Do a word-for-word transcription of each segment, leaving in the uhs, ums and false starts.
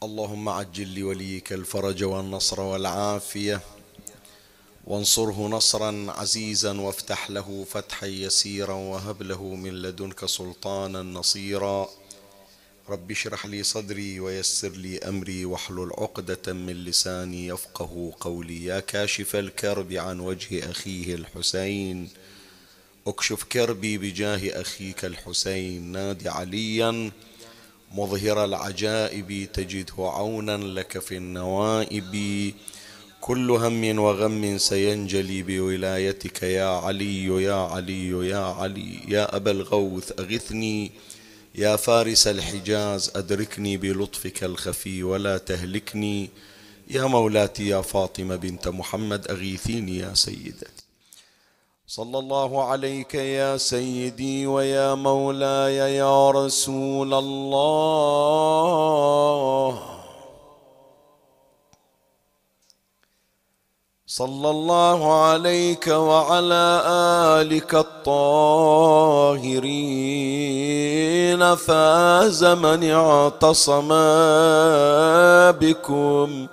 اللهم عجل لوليك الفرج والنصر والعافية، وانصره نصرا عزيزا، وافتح له فتحا يسيرا، وهب له من لدنك سلطانا نصيرا. رب اشرح لي صدري ويسر لي أمري واحلل عقدة من لساني يفقه قولي. يا كاشف الكرب عن وجه أخيه الحسين، اكشف كربي بجاه أخيك الحسين. نادي عليا مظهر العجائب، تجده عونا لك في النوائب. كل هم وغم سينجلي بولايتك يا علي يا علي يا علي. يا أبا الغوث أغثني، يا فارس الحجاز أدركني بلطفك الخفي ولا تهلكني. يا مولاتي يا فاطمة بنت محمد أغيثيني يا سيدتي. صلى الله عليك يا سيدي ويا مولاي يا رسول الله. صلى الله عليك وعلى آلك الطاهرين. فاز من اعتصم بكم،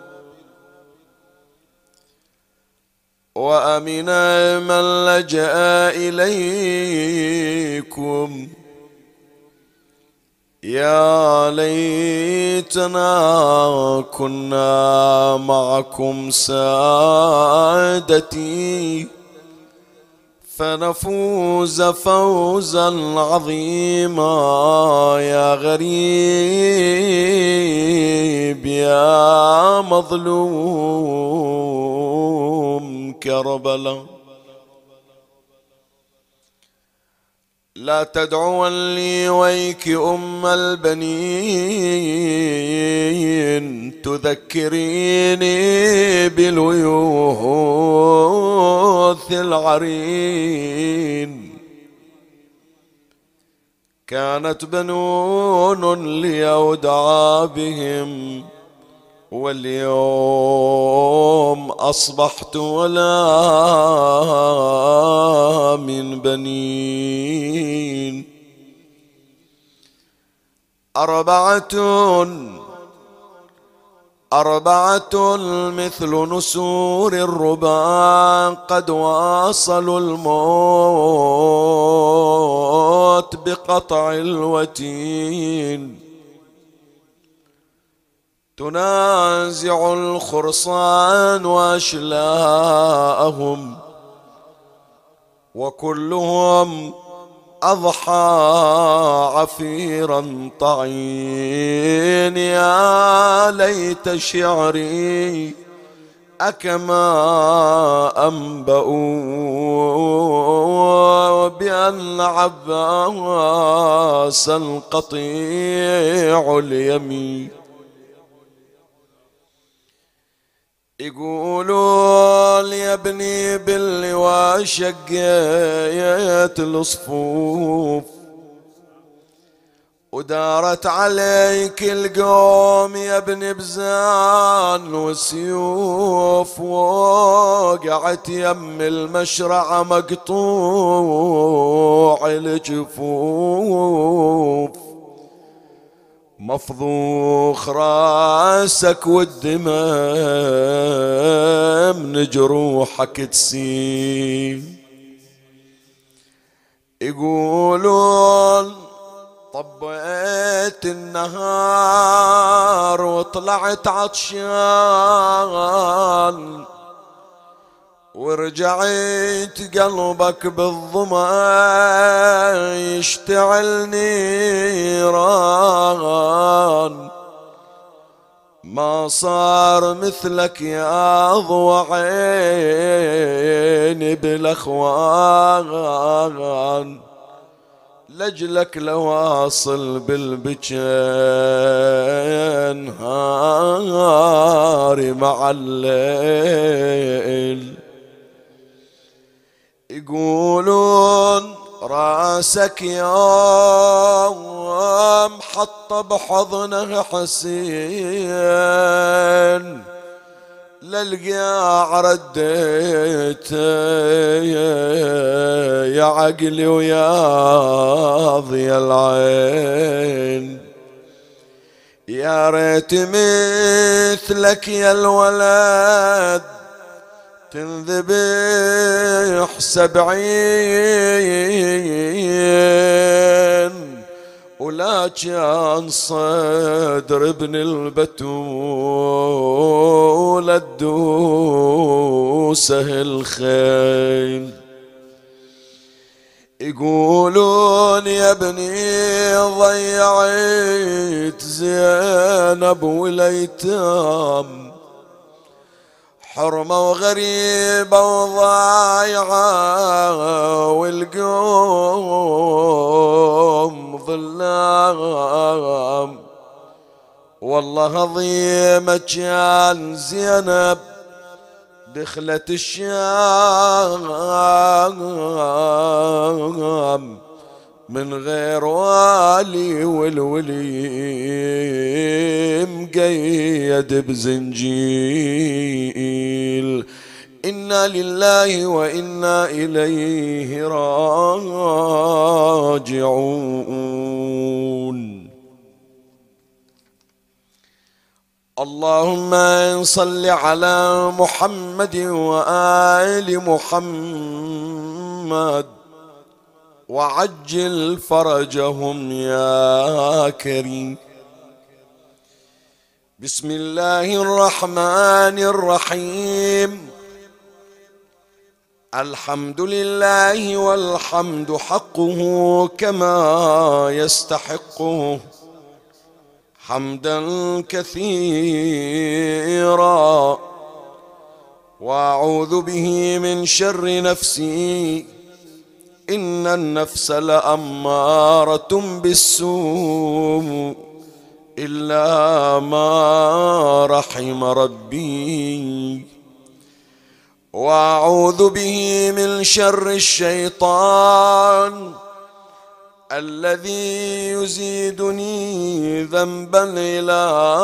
وأمن من لجأ إليكم. يا ليتنا كنا معكم سادتي، فنفوز فوزا عظيما. يا غريب يا مظلوم كربلاء، لا تدعون لي ويك أم البنين، تذكريني بليوث العرين. كانت بنون ليودعى بهم، واليوم أصبحت ولا من بنين. أربعة أربعة مثل نسور الربا، قد واصلوا الموت بقطع الوتين. تنازع الخرصان وأشلاءهم، وكلهم أضحى عفيرا طعين. يا ليت شعري أكما أنبأوا بأن عباس القطيع اليمين. يقولون يا ابني باللواء شقيت الصفوف، ودارت عليك القوم يا ابن بزان وسيوف. وقعت يم المشرع مقطوع الجفوف، مفضوخ راسك والدماء من جروحك تسيل. يقولون طبيت النهار وطلعت عطشان، ورجعت قلبك بالظما يشتعل نيران. ما صار مثلك يا ضوى عيني بالاخوان، لجلك لواصل بالبجان هاري مع الليل. يقولون راسك يوم حط بحضنه حسين، للقاع رديت يا عقلي ويا ضي العين. يا ريت مثلك يا الولد تنذبح سبعين، ولا كان صدر ابن البتول الدوسه الخيل. يقولون يا ابني ضيعت زينب والايتام، حرمة وغريبة وضايعة والقوم ظلام. والله عظيمة كان زينب دخلت الشام من غير والي، والولي مقيد بزنجيل. إنا لله وإنا إليه راجعون. اللهم صل على محمد وآل محمد وعجل فرجهم يا كريم. بسم الله الرحمن الرحيم. الحمد لله والحمد حقه كما يستحقه، حمدا كثيرا، وأعوذ به من شر نفسي، إن النفس لأمارة بالسوء إلا ما رحم ربي، وأعوذ به من شر الشيطان الذي يزيدني ذنبا إلى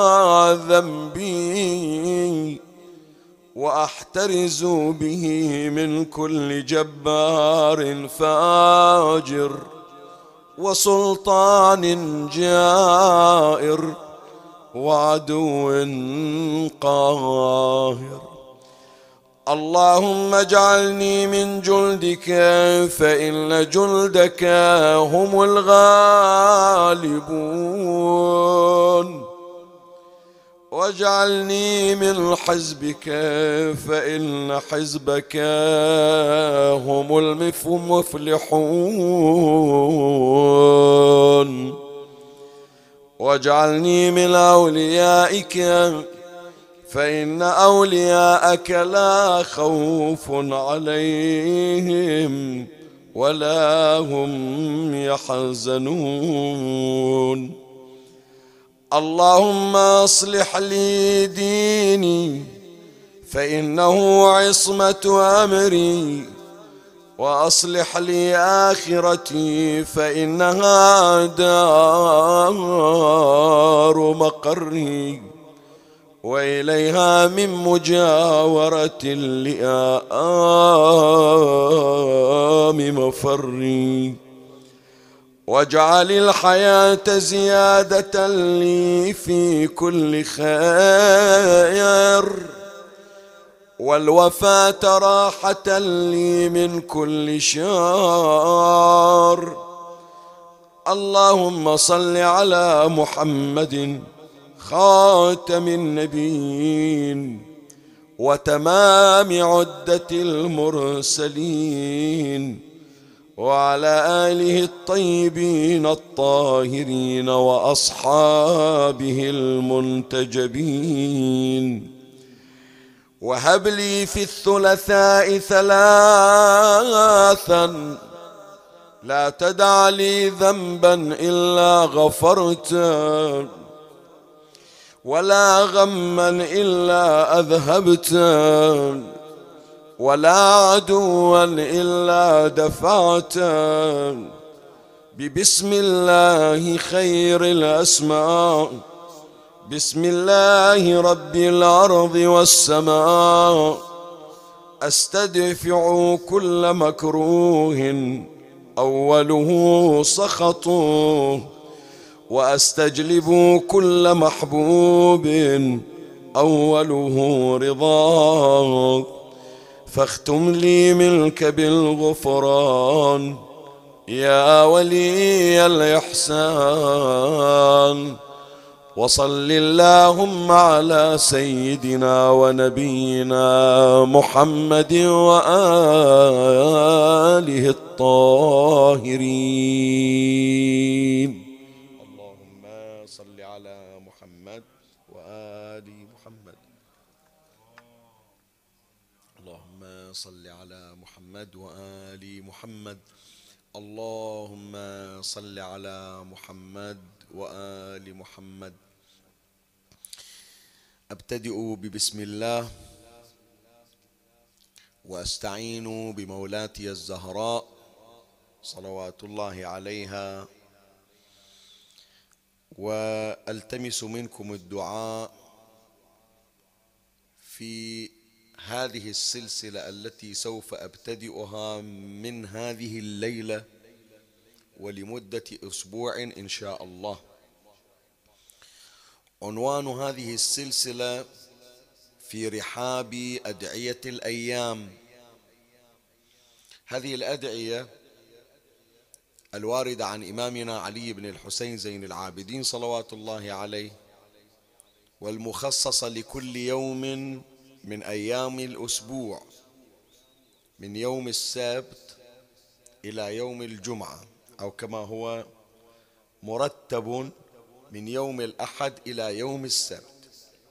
ذنبي، وأحترز به من كل جبار فاجر وسلطان جائر وعدو قاهر. اللهم اجعلني من جلدك فإن جلدك هم الغالبون، واجعلني من حزبك فإن حزبك هم المفلحون، واجعلني من أوليائك فإن أولياءك لا خوف عليهم ولا هم يحزنون. اللهم اصلح لي ديني فإنه عصمة أمري، وأصلح لي آخرتي فإنها دار مقري، وإليها من مجاورة اللئام مفري. واجعل الحياة زيادة لي في كل خير، والوفاة راحة لي من كل شر. اللهم صل على محمد خاتم النبيين وتمام عدة المرسلين، وعلى آله الطيبين الطاهرين وأصحابه المنتجبين. وهب لي في الثلاثاء ثلاثا لا تدع لي ذنبا إلا غفرته، ولا غما إلا أذهبته، ولا عدوا إلا دفعته. ببسم الله خير الأسماء، بسم الله رب الأرض والسماء، أستدفع كل مكروه أوله سخطه، وأستجلب كل محبوب أوله رضاك، فاختم لي ملك بالغفران يا ولي الإحسان. وصل اللهم على سيدنا ونبينا محمد وآله الطاهرين. اللهم صل على محمد وآل محمد. اللهم صل على محمد وآل محمد. اللهم صل على محمد وآل محمد. أبتدئ ببسم الله، وأستعين بمولاتي الزهراء صلوات الله عليها، وألتمس منكم الدعاء في هذه السلسلة التي سوف أبتدئها من هذه الليلة ولمدة أسبوع إن شاء الله. عنوان هذه السلسلة في رحاب أدعية الأيام. هذه الأدعية الواردة عن إمامنا علي بن الحسين زين العابدين صلوات الله عليه، والمخصصة لكل يوم من أيام الأسبوع، من يوم السبت إلى يوم الجمعة، أو كما هو مرتب من يوم الأحد إلى يوم السبت.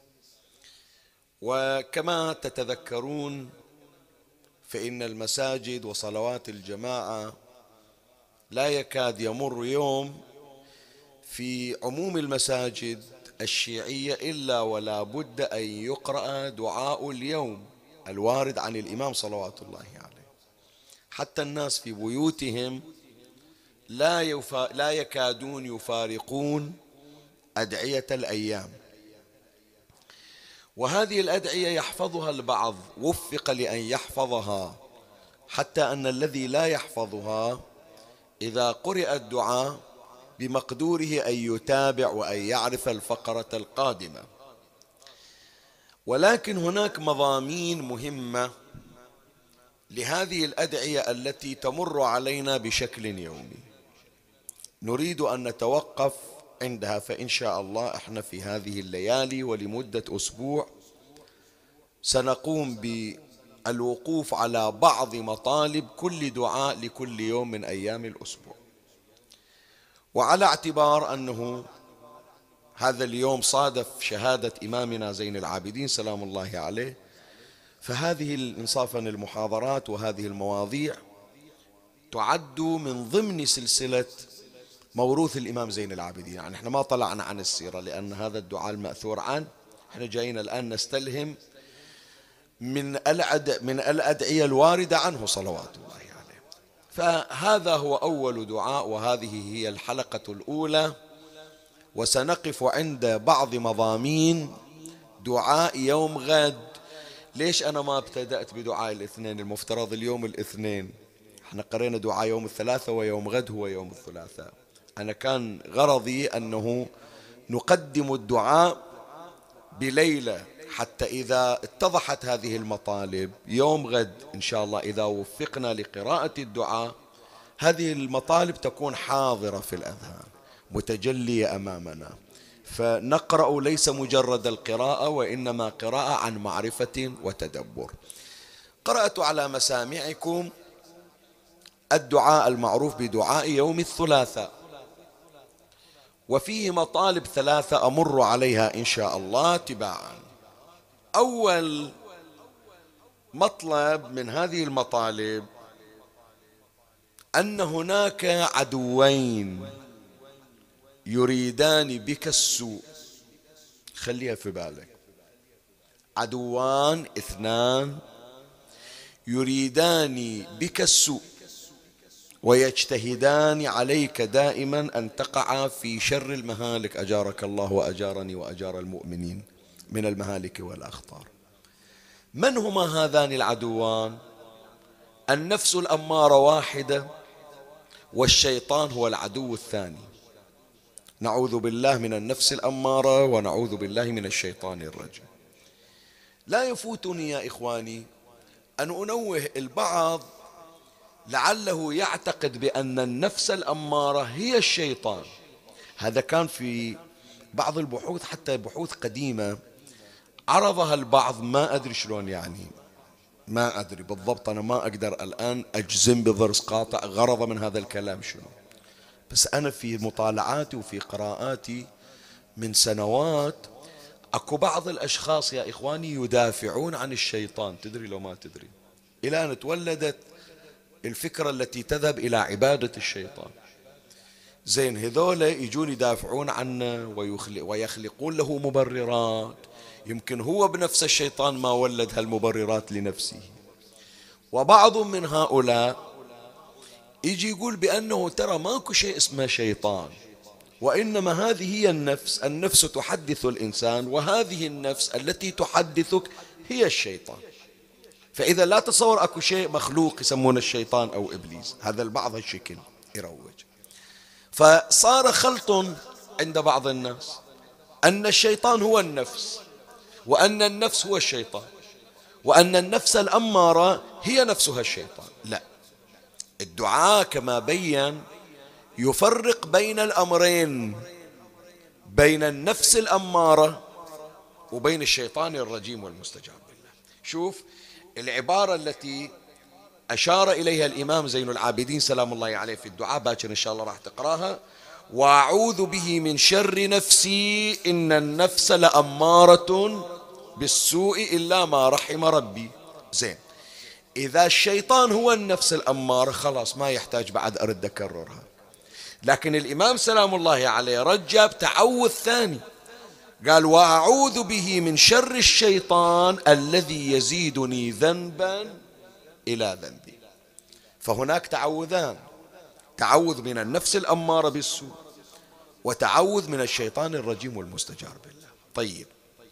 وكما تتذكرون فإن المساجد وصلوات الجماعة لا يكاد يمر يوم في عموم المساجد الشيعية إلا ولا بد أن يقرأ دعاء اليوم الوارد عن الإمام صلوات الله عليه. حتى الناس في بيوتهم لا, يفا لا يكادون يفارقون أدعية الأيام. وهذه الأدعية يحفظها البعض، وفق لأن يحفظها، حتى أن الذي لا يحفظها إذا قرأ الدعاء بمقدوره أن يتابع وأن يعرف الفقرة القادمة. ولكن هناك مضامين مهمة لهذه الأدعية التي تمر علينا بشكل يومي، نريد أن نتوقف عندها. فإن شاء الله احنا في هذه الليالي ولمدة أسبوع سنقوم بالوقوف على بعض مطالب كل دعاء لكل يوم من أيام الأسبوع. وعلى اعتبار أنه هذا اليوم صادف شهادة إمامنا زين العابدين سلام الله عليه، فهذه إنصافا المحاضرات وهذه المواضيع تعد من ضمن سلسلة موروث الإمام زين العابدين. يعني احنا ما طلعنا عن السيرة لأن هذا الدعاء المأثور عنه، احنا جايين الآن نستلهم من الأد... من الأدعية الواردة عنه صلوات الله عليه. فهذا هو أول دعاء، وهذه هي الحلقة الأولى، وسنقف عند بعض مضامين دعاء يوم غد. ليش أنا ما ابتدأت بدعاء الاثنين؟ المفترض اليوم الاثنين، احنا قرينا دعاء يوم الثلاثاء ويوم غد هو يوم الثلاثاء. أنا كان غرضي أنه نقدم الدعاء بليلة، حتى إذا اتضحت هذه المطالب يوم غد إن شاء الله إذا وفقنا لقراءة الدعاء، هذه المطالب تكون حاضرة في الأذهان متجلية أمامنا، فنقرأ ليس مجرد القراءة وإنما قراءة عن معرفة وتدبر. قرأت على مسامعكم الدعاء المعروف بدعاء يوم الثلاثاء، وفيه مطالب ثلاثة أمر عليها إن شاء الله تباعا. أول مطلب من هذه المطالب أن هناك عدوين يريدان بك السوء. خليها في بالك، عدوان اثنان يريدان بك السوء ويجتهدان عليك دائما أن تقع في شر المهالك، أجارك الله وأجارني وأجار المؤمنين من المهالك والأخطار. من هما هذان العدوان؟ النفس الأمارة واحدة، والشيطان هو العدو الثاني. نعوذ بالله من النفس الأمارة ونعوذ بالله من الشيطان الرجيم. لا يفوتني يا إخواني أن أنوه البعض لعله يعتقد بأن النفس الأمارة هي الشيطان. هذا كان في بعض البحوث، حتى بحوث قديمة عرضها البعض، ما أدري شلون يعني، ما أدري بالضبط، أنا ما أقدر الآن أجزم بضرس قاطع غرض من هذا الكلام شنو، بس أنا في مطالعاتي وفي قراءاتي من سنوات أكو بعض الأشخاص يا إخواني يدافعون عن الشيطان، تدري لو ما تدري، إلى أن تولدت الفكرة التي تذهب إلى عبادة الشيطان. زين، هذول يجون يدافعون عنه ويخلق ويخلقون له مبررات، يمكن هو بنفس الشيطان ما ولد هالمبررات لنفسه. وبعض من هؤلاء يجي يقول بأنه ترى ماكو شيء اسمه شيطان، وإنما هذه هي النفس، النفس تحدث الإنسان، وهذه النفس التي تحدثك هي الشيطان. فإذا لا تصور أكو شيء مخلوق يسمونه الشيطان أو إبليس، هذا البعض هالشكل يروج. فصار خلط عند بعض الناس أن الشيطان هو النفس، وأن النفس هو الشيطان، وأن النفس الأمارة هي نفسها الشيطان. لا، الدعاء كما بين يفرق بين الأمرين، بين النفس الأمارة وبين الشيطان الرجيم والمستجاب بالله. شوف العبارة التي أشار إليها الإمام زين العابدين سلام الله عليه في الدعاء، باكر إن شاء الله راح تقراها: وأعوذ به من شر نفسي إن النفس لأمارة بالسوء إلا ما رحم ربي. زين، إذا الشيطان هو النفس الأمارة خلاص ما يحتاج بعد أرد أكررها، لكن الإمام سلام الله عليه رجب تعوذ ثاني، قال: وأعوذ به من شر الشيطان الذي يزيدني ذنبا إلى ذنبي. فهناك تعوذان: تعوذ من النفس الأمارة بالسوء، وتعوذ من الشيطان الرجيم والمستجار بالله. طيب،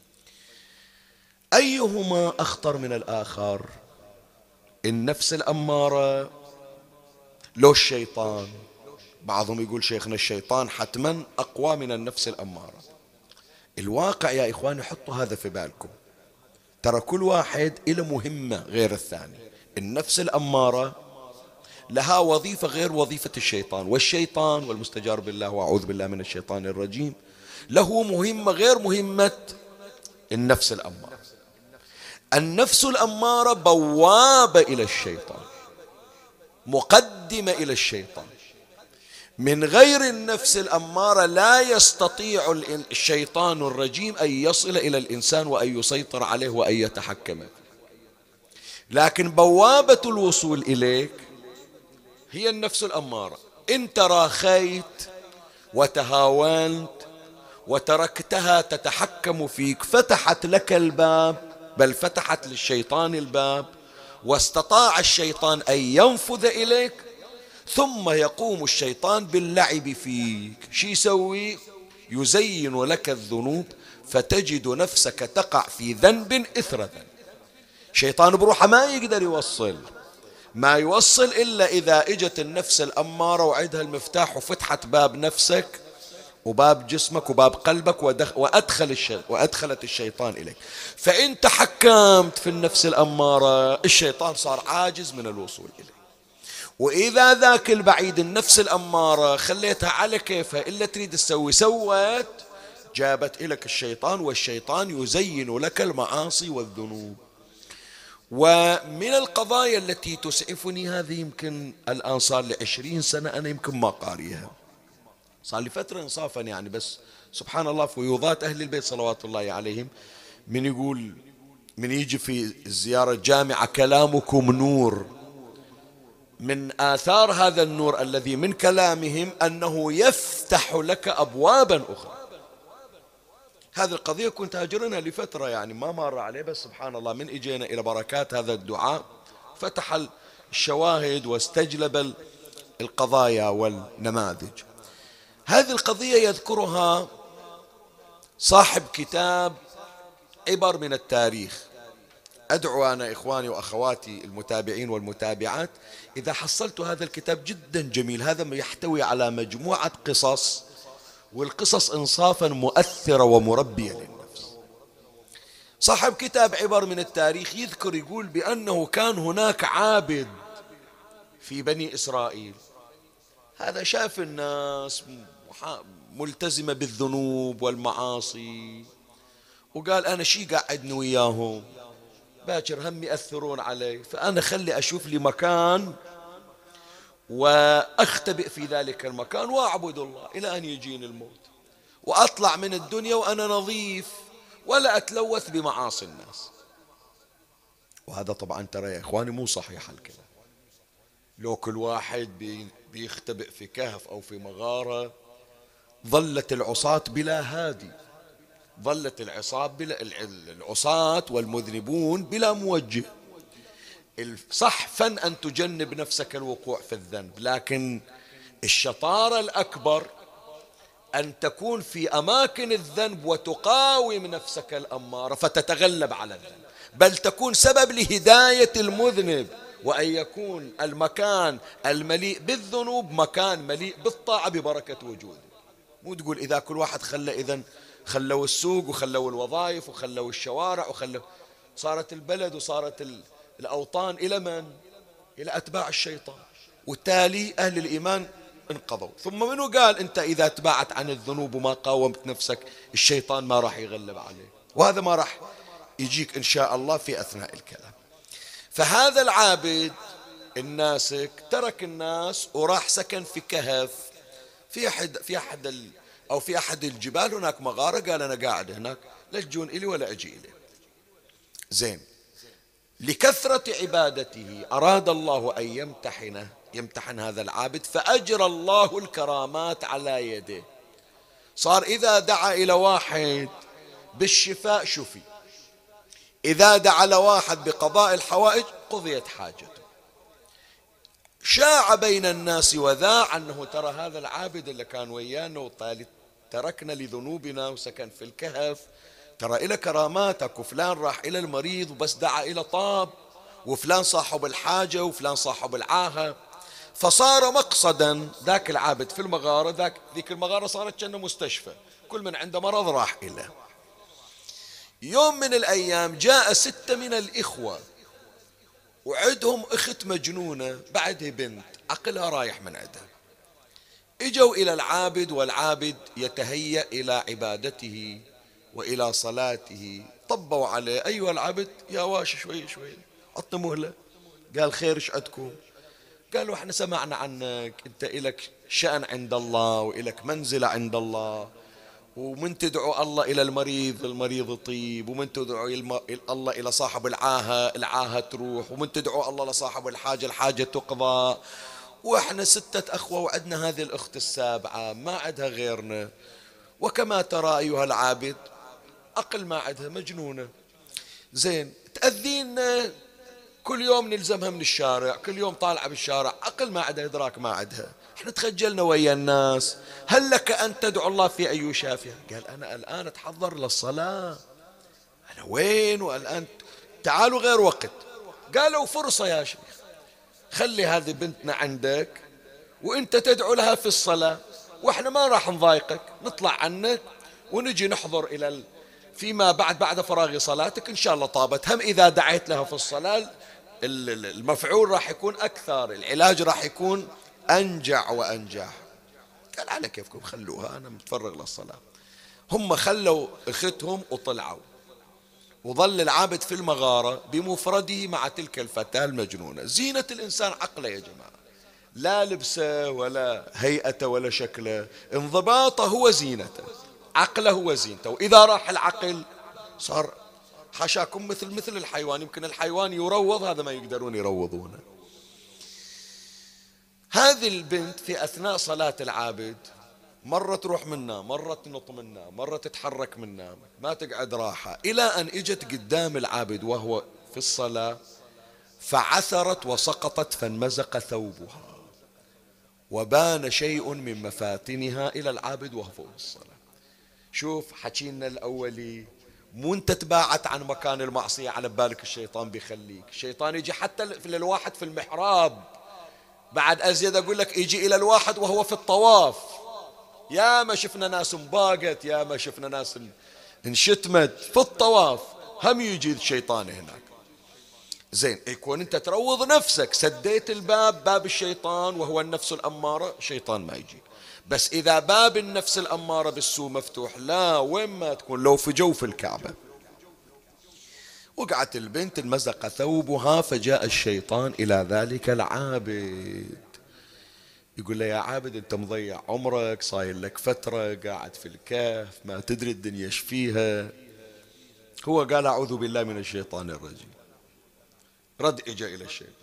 أيهما أخطر من الآخر، النفس الأمارة لو الشيطان؟ بعضهم يقول شيخنا الشيطان حتما أقوى من النفس الأمارة. الواقع يا إخواني حطوا هذا في بالكم، ترى كل واحد له مهمة غير الثاني. النفس الأمارة لها وظيفة غير وظيفة الشيطان، والشيطان والمستجار بالله وأعوذ بالله من الشيطان الرجيم له مهمة غير مهمة النفس الأمارة. النفس الأمارة بوابة إلى الشيطان، مقدمة إلى الشيطان. من غير النفس الأمارة لا يستطيع الشيطان الرجيم أن يصل إلى الإنسان وأن يسيطر عليه وأن يتحكم فيه، لكن بوابة الوصول إليك هي النفس الأمارة. إن تراخيت وتهاونت وتركتها تتحكم فيك فتحت لك الباب، بل فتحت للشيطان الباب، واستطاع الشيطان أن ينفذ إليك، ثم يقوم الشيطان باللعب فيك. شي يسوي؟ يزين لك الذنوب فتجد نفسك تقع في ذنب إثر ذنب. شيطان بروحه ما يقدر يوصل، ما يوصل إلا إذا إجت النفس الأمارة وعدها المفتاح وفتحت باب نفسك وباب جسمك وباب قلبك وأدخل الشيطان وأدخلت الشيطان إليك. فإن تحكمت في النفس الأمارة الشيطان صار عاجز من الوصول إليه. وإذا ذاك البعيد النفس الأمارة خليتها على كيفها إلا تريد تسوي سوت، جابت إليك الشيطان، والشيطان يزين لك المعاصي والذنوب. ومن القضايا التي تسعفني هذه، يمكن الآن صار لي عشرين سنة أنا يمكن ما قاريها، صار لي فترة إنصافا يعني، بس سبحان الله فيوضات أهل البيت صلوات الله عليهم، من يقول من يجي في الزيارة الجامعة كلامكم نور، من آثار هذا النور الذي من كلامهم أنه يفتح لك أبوابا أخرى. هذه القضية كنت أجرنها لفترة يعني ما مر عليه، بس سبحان الله من إجينا إلى بركات هذا الدعاء فتح الشواهد واستجلب القضايا والنماذج. هذه القضية يذكرها صاحب كتاب عبر من التاريخ. أدعو أنا إخواني وأخواتي المتابعين والمتابعات، إذا حصلت هذا الكتاب جدا جميل، هذا يحتوي على مجموعة قصص والقصص إنصافا مؤثرة ومربية للنفس. صاحب كتاب عبر من التاريخ يذكر يقول بأنه كان هناك عابد في بني إسرائيل، هذا شاف الناس ملتزمة بالذنوب والمعاصي، وقال أنا شي قاعدني وياهم باكر هم يأثرون علي، فأنا خلي أشوف لي مكان وأختبئ في ذلك المكان وأعبد الله إلى أن يجيني الموت، وأطلع من الدنيا وأنا نظيف ولا أتلوث بمعاصي الناس. وهذا طبعا ترى يا إخواني مو صحيح الكلام. لو كل واحد بيختبئ في كهف أو في مغارة ظلت العصاة بلا هادي، ظلت العصاة بلا العصاة والمذنبون بلا موجه. صح فن أن تجنب نفسك الوقوع في الذنب، لكن الشطارة الأكبر أن تكون في أماكن الذنب وتقاوم نفسك الأمارة فتتغلب على الذنب، بل تكون سبب لهداية المذنب، وأن يكون المكان المليء بالذنوب مكان مليء بالطاعة ببركة وجوده. مو تقول إذا كل واحد خلى إذن خلوا السوق وخلوا الوظائف وخلوا الشوارع وخلوا، صارت البلد وصارت الأوطان إلى من؟ إلى أتباع الشيطان، وتالي أهل الإيمان انقضوا. ثم منو قال أنت إذا تباعت عن الذنوب وما قاومت نفسك الشيطان ما راح يغلب عليك؟ وهذا ما راح يجيك إن شاء الله في أثناء الكلام. فهذا العابد الناسك ترك الناس وراح سكن في كهف في أحد في أحد ال أو في أحد الجبال، هناك مغارة، قال أنا قاعد هناك لا تجون إلي ولا أجي إليه. زين، لكثرة عبادته أراد الله أن يمتحنه يمتحن هذا العابد، فأجرى الله الكرامات على يده. صار إذا دعا إلى واحد بالشفاء شفي، إذا دعا لواحد بقضاء الحوائج قضيت حاجته. شاع بين الناس وذاع أنه ترى هذا العابد اللي كان ويانا وطالت تركنا لذنوبنا وسكن في الكهف، ترى إلى كراماتك، وفلان راح إلى المريض وبس دعا إلى طاب، وفلان صاحب الحاجة وفلان صاحب العاهة. فصار مقصدا ذاك العابد في المغارة، ذاك ذيك المغارة صارت كأنه مستشفى، كل من عنده مرض راح إليه. يوم من الأيام جاء ستة من الإخوة وعندهم أخت مجنونة بعدها بنت عقلها رايح من عندها، اجوا إلى العابد والعابد يتهيأ إلى عبادته وإلى صلاته. طبوا عليه، أيها العبد يا واش شوي شوي عطنا مهلة. قال خير ايش عندكم؟ قالوا احنا سمعنا عنك انت إلك شأن عند الله وإلك منزلة عند الله، ومن تدعو الله إلى المريض المريض يطيب، ومن تدعو الله إلى صاحب العاهة العاهة تروح، ومن تدعو الله لصاحب الحاجة الحاجة تقضى. وإحنا ستة أخوة وعدنا هذه الأخت السابعة ما عدها غيرنا، وكما ترى أيها العابد أقل ما عدها مجنونة. زين، تأذينا كل يوم نلزمها من الشارع، كل يوم طالعة بالشارع، أقل ما عدها إدراك ما عدها، احنا تخجلنا ويا الناس، هل لك أن تدعو الله في أي يشافيها؟ قال أنا الآن أتحضر للصلاة، أنا وين والآن تعالوا غير وقت. قالوا فرصة يا شيخ، خلي هذه بنتنا عندك وانت تدعو لها في الصلاة، واحنا ما راح نضايقك، نطلع عنك ونجي نحضر إلى ال... فيما بعد بعد فراغ صلاتك إن شاء الله طابت. هم إذا دعيت لها في الصلاة المفعول راح يكون أكثر، العلاج راح يكون أنجع وأنجح. قال على كيفكم خلوها، أنا متفرغ للصلاة. هم خلوا أختهم وطلعوا، وظل العابد في المغارة بمفرده مع تلك الفتاة المجنونة. زينة الإنسان عقله يا جماعة، لا لبسه ولا هيئته ولا شكله، انضباطه هو زينته، عقله هو زينته. وإذا راح العقل صار حاشاكم مثل مثل الحيوان، يمكن الحيوان يروض، هذا ما يقدرون يروضونه. هذه البنت في أثناء صلاة العابد مرة تروح منا، مرة تنط منا، مرة تتحرك منا، ما تقعد راحة، إلى أن إجت قدام العابد وهو في الصلاة فعثرت وسقطت فانمزق ثوبها وبان شيء من مفاتنها إلى العابد وهو في الصلاة. شوف حكينا الأولي، مو انت تباعت عن مكان المعصية على بالك الشيطان بيخليك، الشيطان يجي حتى للواحد في المحراب، بعد أزيد أقول لك يجي إلى الواحد وهو في الطواف يا ما شفنا ناس مباقت، يا ما شفنا ناس انشتمت في الطواف، هم يجي الشيطان هناك. زين، يكون انت تروض نفسك، سديت الباب، باب الشيطان وهو النفس الأمارة، شيطان ما يجي. بس إذا باب النفس الأمارة بالسوء مفتوح، لا وين ما تكون، لو في جوف الكعبة. وقعت البنت انمزق ثوبها، فجاء الشيطان إلى ذلك العابد يقول له: يا عابد أنت مضيع عمرك، صاير لك فترة قاعد في الكهف، ما تدري الدنيا ايش فيها. هو قال: أعوذ بالله من الشيطان الرجيم. رد إجا إلى الشيطان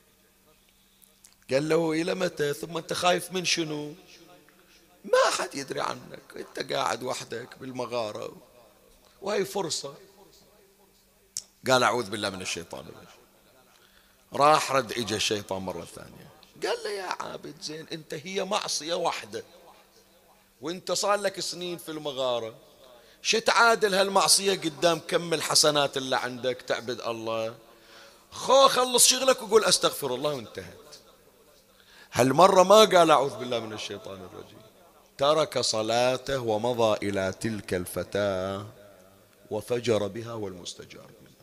قال له: إلى متى؟ ثم أنت خايف من شنو؟ ما حد يدري عنك، أنت قاعد وحدك بالمغارة وهي فرصة. قال: أعوذ بالله من الشيطان الرجيم. راح رد إجا الشيطان مرة ثانية قال له: يا عابد زين، أنت هي معصية واحدة وأنت صار لك سنين في المغارة، شتعادل هالمعصية قدام كم الحسنات اللي عندك تعبد الله؟ خو خلص شغلك وقول أستغفر الله وانتهت. هالمرة ما قال أعوذ بالله من الشيطان الرجيم، ترك صلاته ومضى إلى تلك الفتاة وفجر بها والمستجار منها.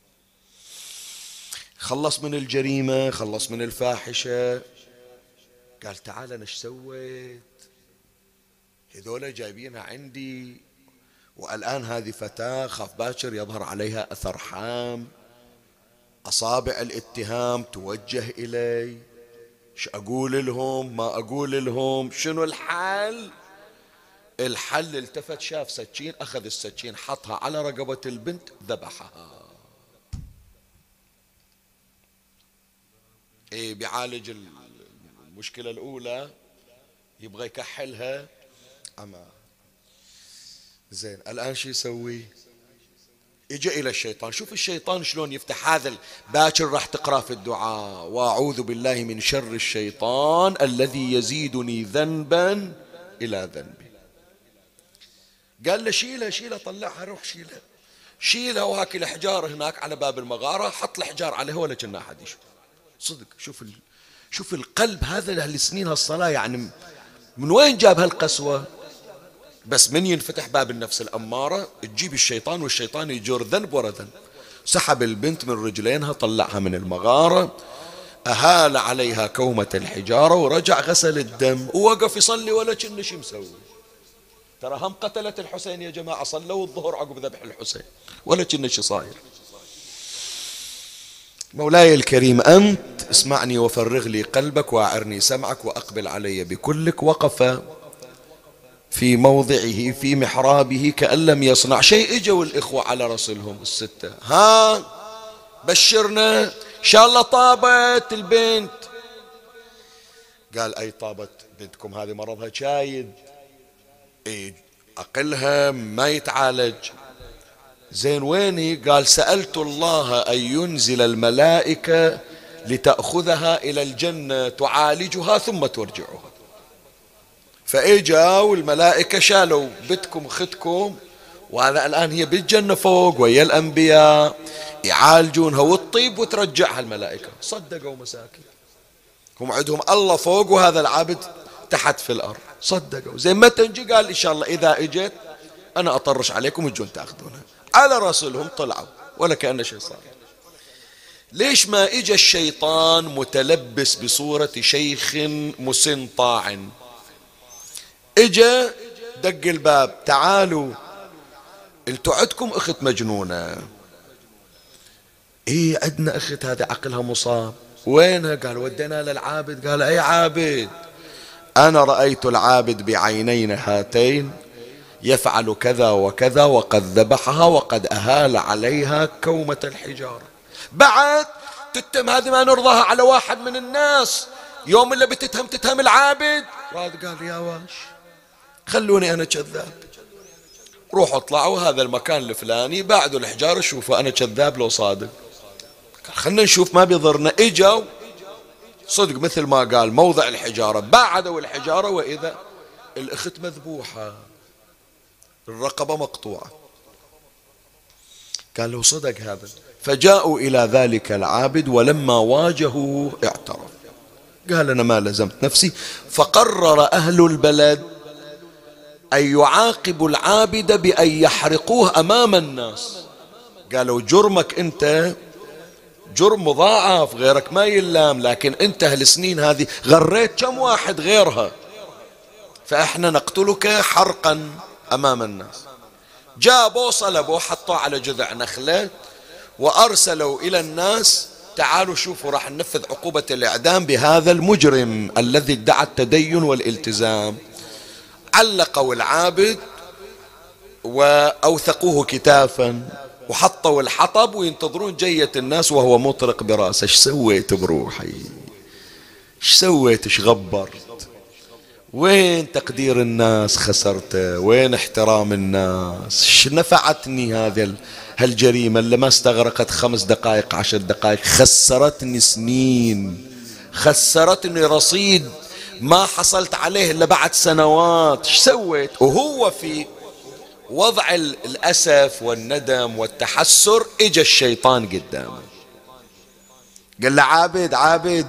خلص من الجريمة، خلص من الفاحشة. قال: تعال أنا ايش سويت؟ هذولا جايبينها عندي، والآن هذه فتاة خاف باكر يظهر عليها أثر حام، أصابع الاتهام توجه إلي، ايش أقول لهم ما أقول لهم؟ شنو الحل؟ الحل التفت شاف سكين، أخذ السكين حطها على رقبة البنت ذبحها. إيه، بيعالج المشكلة الأولى، يبغى يكحلها. أما زين، الآن شو يسوي؟ اجى إلى الشيطان. شوف الشيطان شلون يفتح هذا باكر، راح تقرأ في الدعاء: وأعوذ بالله من شر الشيطان الذي يزيدني ذنبا إلى ذنبي. قال له: شيلها شيلها، طلعها، روح شيلها شيلها، وهاك الحجار هناك على باب المغارة، حط الحجار عليها ولا كنا أحد يشوف. صدق، شوف ال... شوف القلب هذا هالسنين هالصلاة، يعني من وين جاب هالقسوة؟ بس من ينفتح باب النفس الأمارة تجيب الشيطان، والشيطان يجر ذنب ورا ذنب. سحب البنت من رجلينها، طلعها من المغارة، أهال عليها كومة الحجارة، ورجع غسل الدم ووقف يصلي ولا كأنه شي مسوي. ترى هم قتلت الحسين يا جماعة، صلوا الظهر عقب ذبح الحسين ولا كأنه شي صاير. مولاي الكريم، أنت اسمعني وفرغ لي قلبك وأعرني سمعك وأقبل علي بكلك. وقف في موضعه في محرابه كأن لم يصنع شيء. اجوا الإخوة على رسلهم الستة: ها بشرنا، إن شاء الله طابت البنت. قال: أي طابت بنتكم؟ هذه مرضها شايد، إيه أقلها ما يتعالج. زين ويني؟ قال: سألت الله أن ينزل الملائكة لتأخذها إلى الجنة تعالجها ثم ترجعها. فإجوا الملائكة شالوا بنتكم أختكم، وهذا الآن هي بالجنة فوق ويا الأنبياء يعالجونها وتطيب وترجعها الملائكة. صدقوا مساكين، هم عندهم الله فوق وهذا العبد تحت في الأرض. صدقوا. زي ما تنجي قال: إن شاء الله إذا إجت أنا أطرش عليكم وتجون تأخذونها. على رسلهم طلعوا ولا كأن شيء صار. ليش ما إجا الشيطان متلبس بصورة شيخ مسن طاعن؟ إجا دق الباب: تعالوا انتوا عندكم أخت مجنونة. إيه عندنا أخت، هذه عقلها مصاب. وينها؟ قال: ودينا للعابد. قال: أي عابد؟ أنا رأيت العابد بعينين هاتين يفعل كذا وكذا، وقد ذبحها وقد أهال عليها كومة الحجارة. بعد تتهم هذه ما نرضاها على واحد من الناس، يوم اللي بتتهم تتهم العابد. راد قال: يا واش، خلوني أنا كذاب، روحوا اطلعوا هذا المكان الفلاني بعدوا الحجارة شوفوا أنا كذاب لو صادق. خلنا نشوف ما بيضرنا. إجوا صدق مثل ما قال، موضع الحجارة، بعدوا الحجارة وإذا الأخت مذبوحة، الرقبة مقطوعة. قال له: صدق هذا. فجاءوا إلى ذلك العابد، ولما واجهوا اعترف، قال: أنا ما لزمت نفسي. فقرر أهل البلد أن يعاقبوا العابد بأن يحرقوه أمام الناس. قالوا جرمك أنت جرم مضاعف، غيرك ما يلام، لكن أنت هالسنين هذه غريت كم واحد غيرها، فإحنا نقتلك حرقا أمام الناس. جابوا صلبوا حطوا على جذع نخلة وأرسلوا إلى الناس تعالوا شوفوا راح ننفذ عقوبة الإعدام بهذا المجرم الذي ادعى التدين والالتزام. علقوا العابد وأوثقوه كتافا وحطوا الحطب وينتظرون جية الناس وهو مطرق براسه. ايش سويت بروحي؟ ايش سويت؟ ايش غبرت؟ وين تقدير الناس خسرته؟ وين احترام الناس؟ ايش نفعتني هذا هالجريمة اللي ما استغرقت خمس دقائق عشر دقائق، خسرتني سنين، خسرتني رصيد ما حصلت عليه إلا بعد سنوات. ايش سويت؟ وهو في وضع الأسف والندم والتحسر اجى الشيطان قدامه قال له عابد عابد.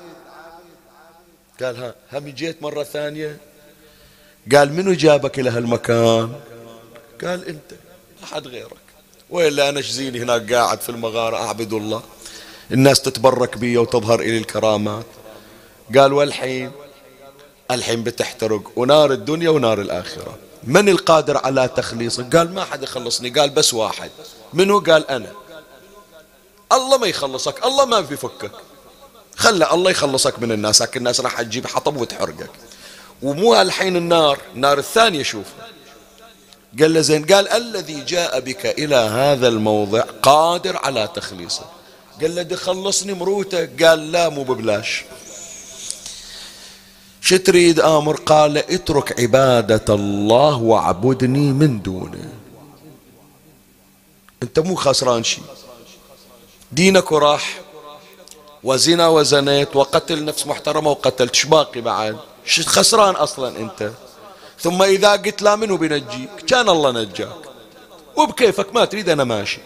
قال ها هم جيت مرة ثانية؟ قال منو جابك إلى هالمكان؟ قال أنت، أحد غيرك، وإلا أنا شزيني هناك قاعد في المغارة أعبد الله، الناس تتبرك بي وتظهر إلي الكرامات. قال والحين الحين بتحترق ونار الدنيا ونار الآخرة، من القادر على تخليصك؟ قال ما حد يخلصني. قال بس واحد. منو؟ قال أنا. الله ما يخلصك، الله ما بيفكك، خلى الله يخلصك من الناس، لكن الناس راح تجيب حطب وتحرقك. ومو هالحين النار، النار الثانية شوفها. قال له زين. قال الذي جاء بك إلى هذا الموضع قادر على تخليصك. قال له دي خلصني مروتك. قال لا مو ببلاش. شو تريد آمر؟ قال اترك عبادة الله واعبدني من دونه. انت مو خسران شيء، دينك وراح، وزنا وزنيت وقتل نفس محترمة وقتلت، ايش باقي بعد؟ شو خسران اصلا انت؟ ثم اذا قلت لا منو بنجيك؟ كان الله نجاك وبكيفك، ما تريد انا ماشي.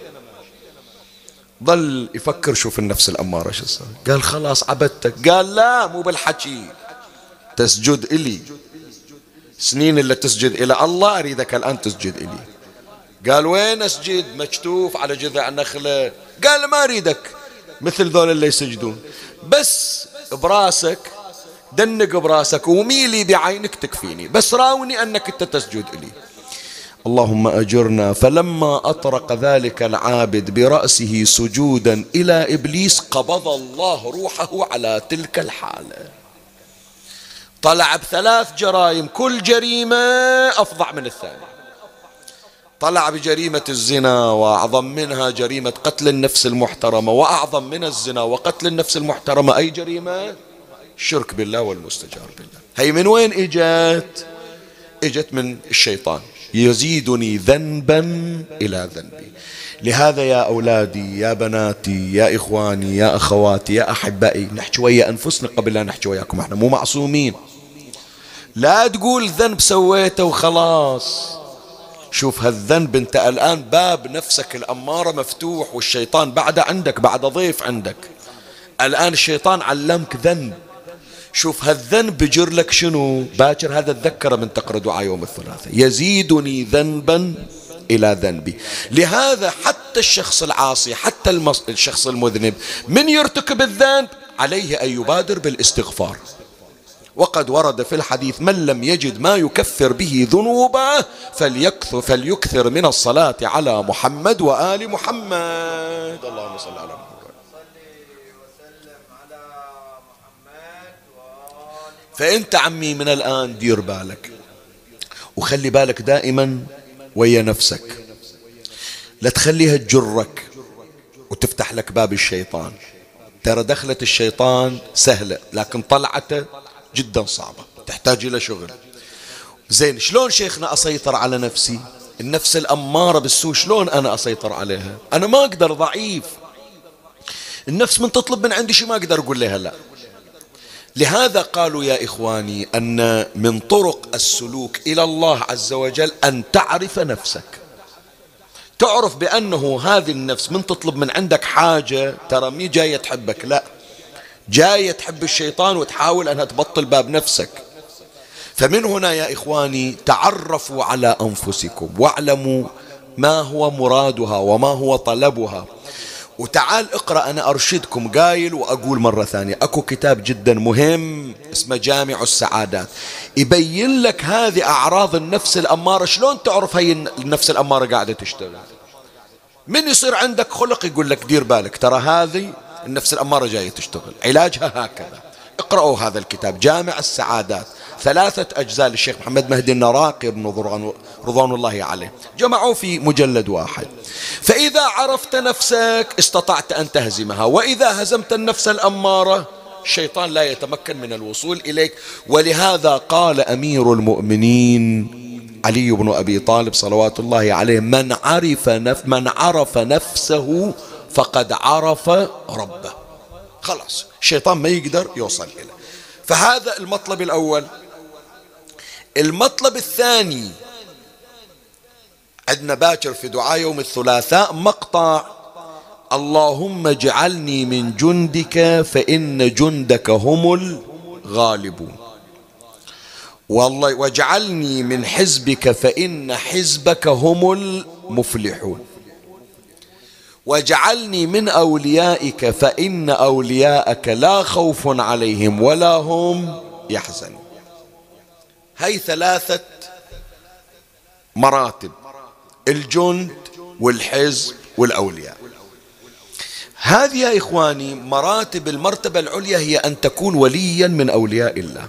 ظل يفكر شوف النفس الاماره شو صار. قال خلاص عبدتك. قال لا مو بالحكي، تسجد الي، سنين اللي تسجد الى الله اريدك الان تسجد الي. قال وين اسجد؟ مكتوف على جذع نخله. قال ما اريدك مثل ذول اللي يسجدون، بس براسك دنق براسك وميلي بعينك تكفيني، بس راوني انك انت تسجد الي. اللهم اجرنا. فلما اطرق ذلك العابد برأسه سجودا الى ابليس قبض الله روحه على تلك الحالة. طلع بثلاث جرائم كل جريمة افظع من الثانية. طلع بجريمة الزنا وأعظم منها جريمة قتل النفس المحترمة، وأعظم من الزنا وقتل النفس المحترمة أي جريمة؟ الشرك بالله والمستجار بالله. هي من وين إجت؟ إجت من الشيطان، يزيدني ذنبا إلى ذنبي. لهذا يا أولادي يا بناتي يا إخواني يا أخواتي يا أحبائي، نحكي ويا أنفسنا قبل لا نحكي وياكم، احنا مو معصومين. لا تقول ذنب سويته وخلاص. شوف هالذنب انت الآن باب نفسك الأمارة مفتوح، والشيطان بعد عندك، بعد ضيف عندك. الآن الشيطان علمك ذنب. شوف هالذنب بجر لك شنو؟ باكر هذا تذكره من تقرأ دعاء يوم الثلاثاء، يزيدني ذنبا إلى ذنبي. لهذا حتى الشخص العاصي، حتى المص... الشخص المذنب، من يرتكب الذنب عليه أن يبادر بالاستغفار. وقد ورد في الحديث من لم يجد ما يكفر به ذنوبه فليكثر, فليكثر من الصلاة على محمد وآل محمد. اللهم صل على محمد. فأنت عمي من الآن دير بالك وخلي بالك دائما ويا نفسك، لا تخليها تجرك وتفتح لك باب الشيطان. ترى دخلة الشيطان سهلة لكن طلعته جدا صعبة، تحتاج إلى شغل. زين شلون شيخنا أسيطر على نفسي؟ النفس الأمارة بالسوء شلون أنا أسيطر عليها؟ أنا ما أقدر، ضعيف. النفس من تطلب من عندي شيء ما أقدر أقول لها لا. لهذا قالوا يا إخواني أن من طرق السلوك إلى الله عز وجل أن تعرف نفسك، تعرف بأنه هذه النفس من تطلب من عندك حاجة ترى مي جاية تحبك، لا، جاية تحب الشيطان وتحاول أنها تبطل باب نفسك. فمن هنا يا إخواني تعرفوا على أنفسكم واعلموا ما هو مرادها وما هو طلبها. وتعال اقرأ، أنا أرشدكم قايل وأقول مرة ثانية، أكو كتاب جدا مهم اسمه جامع السعادات، يبين لك هذه أعراض النفس الأمارة، شلون تعرف هي النفس الأمارة قاعدة تشتغل. من يصير عندك خلق يقول لك دير بالك ترى هذه النفس الأمارة جاية تشتغل، علاجها هكذا. اقرأوا هذا الكتاب جامع السعادات، ثلاثة أجزاء للشيخ محمد مهدي النراقي رضوان الله عليه، جمعوا في مجلد واحد. فإذا عرفت نفسك استطعت أن تهزمها، وإذا هزمت النفس الأمارة الشيطان لا يتمكن من الوصول إليك. ولهذا قال أمير المؤمنين علي بن أبي طالب صلوات الله عليه: من عرف نف من عرف نفسه فقد عرف ربه. خلاص الشيطان ما يقدر يوصل إليه. فهذا المطلب الأول. المطلب الثاني عندنا باكر في دعاء يوم الثلاثاء مقطع: اللهم اجعلني من جندك فإن جندك هم الغالبون، والله واجعلني من حزبك فإن حزبك هم المفلحون، واجعلني من أوليائك فإن أولياءك لا خوف عليهم ولا هم يحزنون. هاي ثلاثة مراتب: الجند والحزب والأولياء. هذه يا إخواني مراتب. المرتبة العليا هي أن تكون وليا من أولياء الله.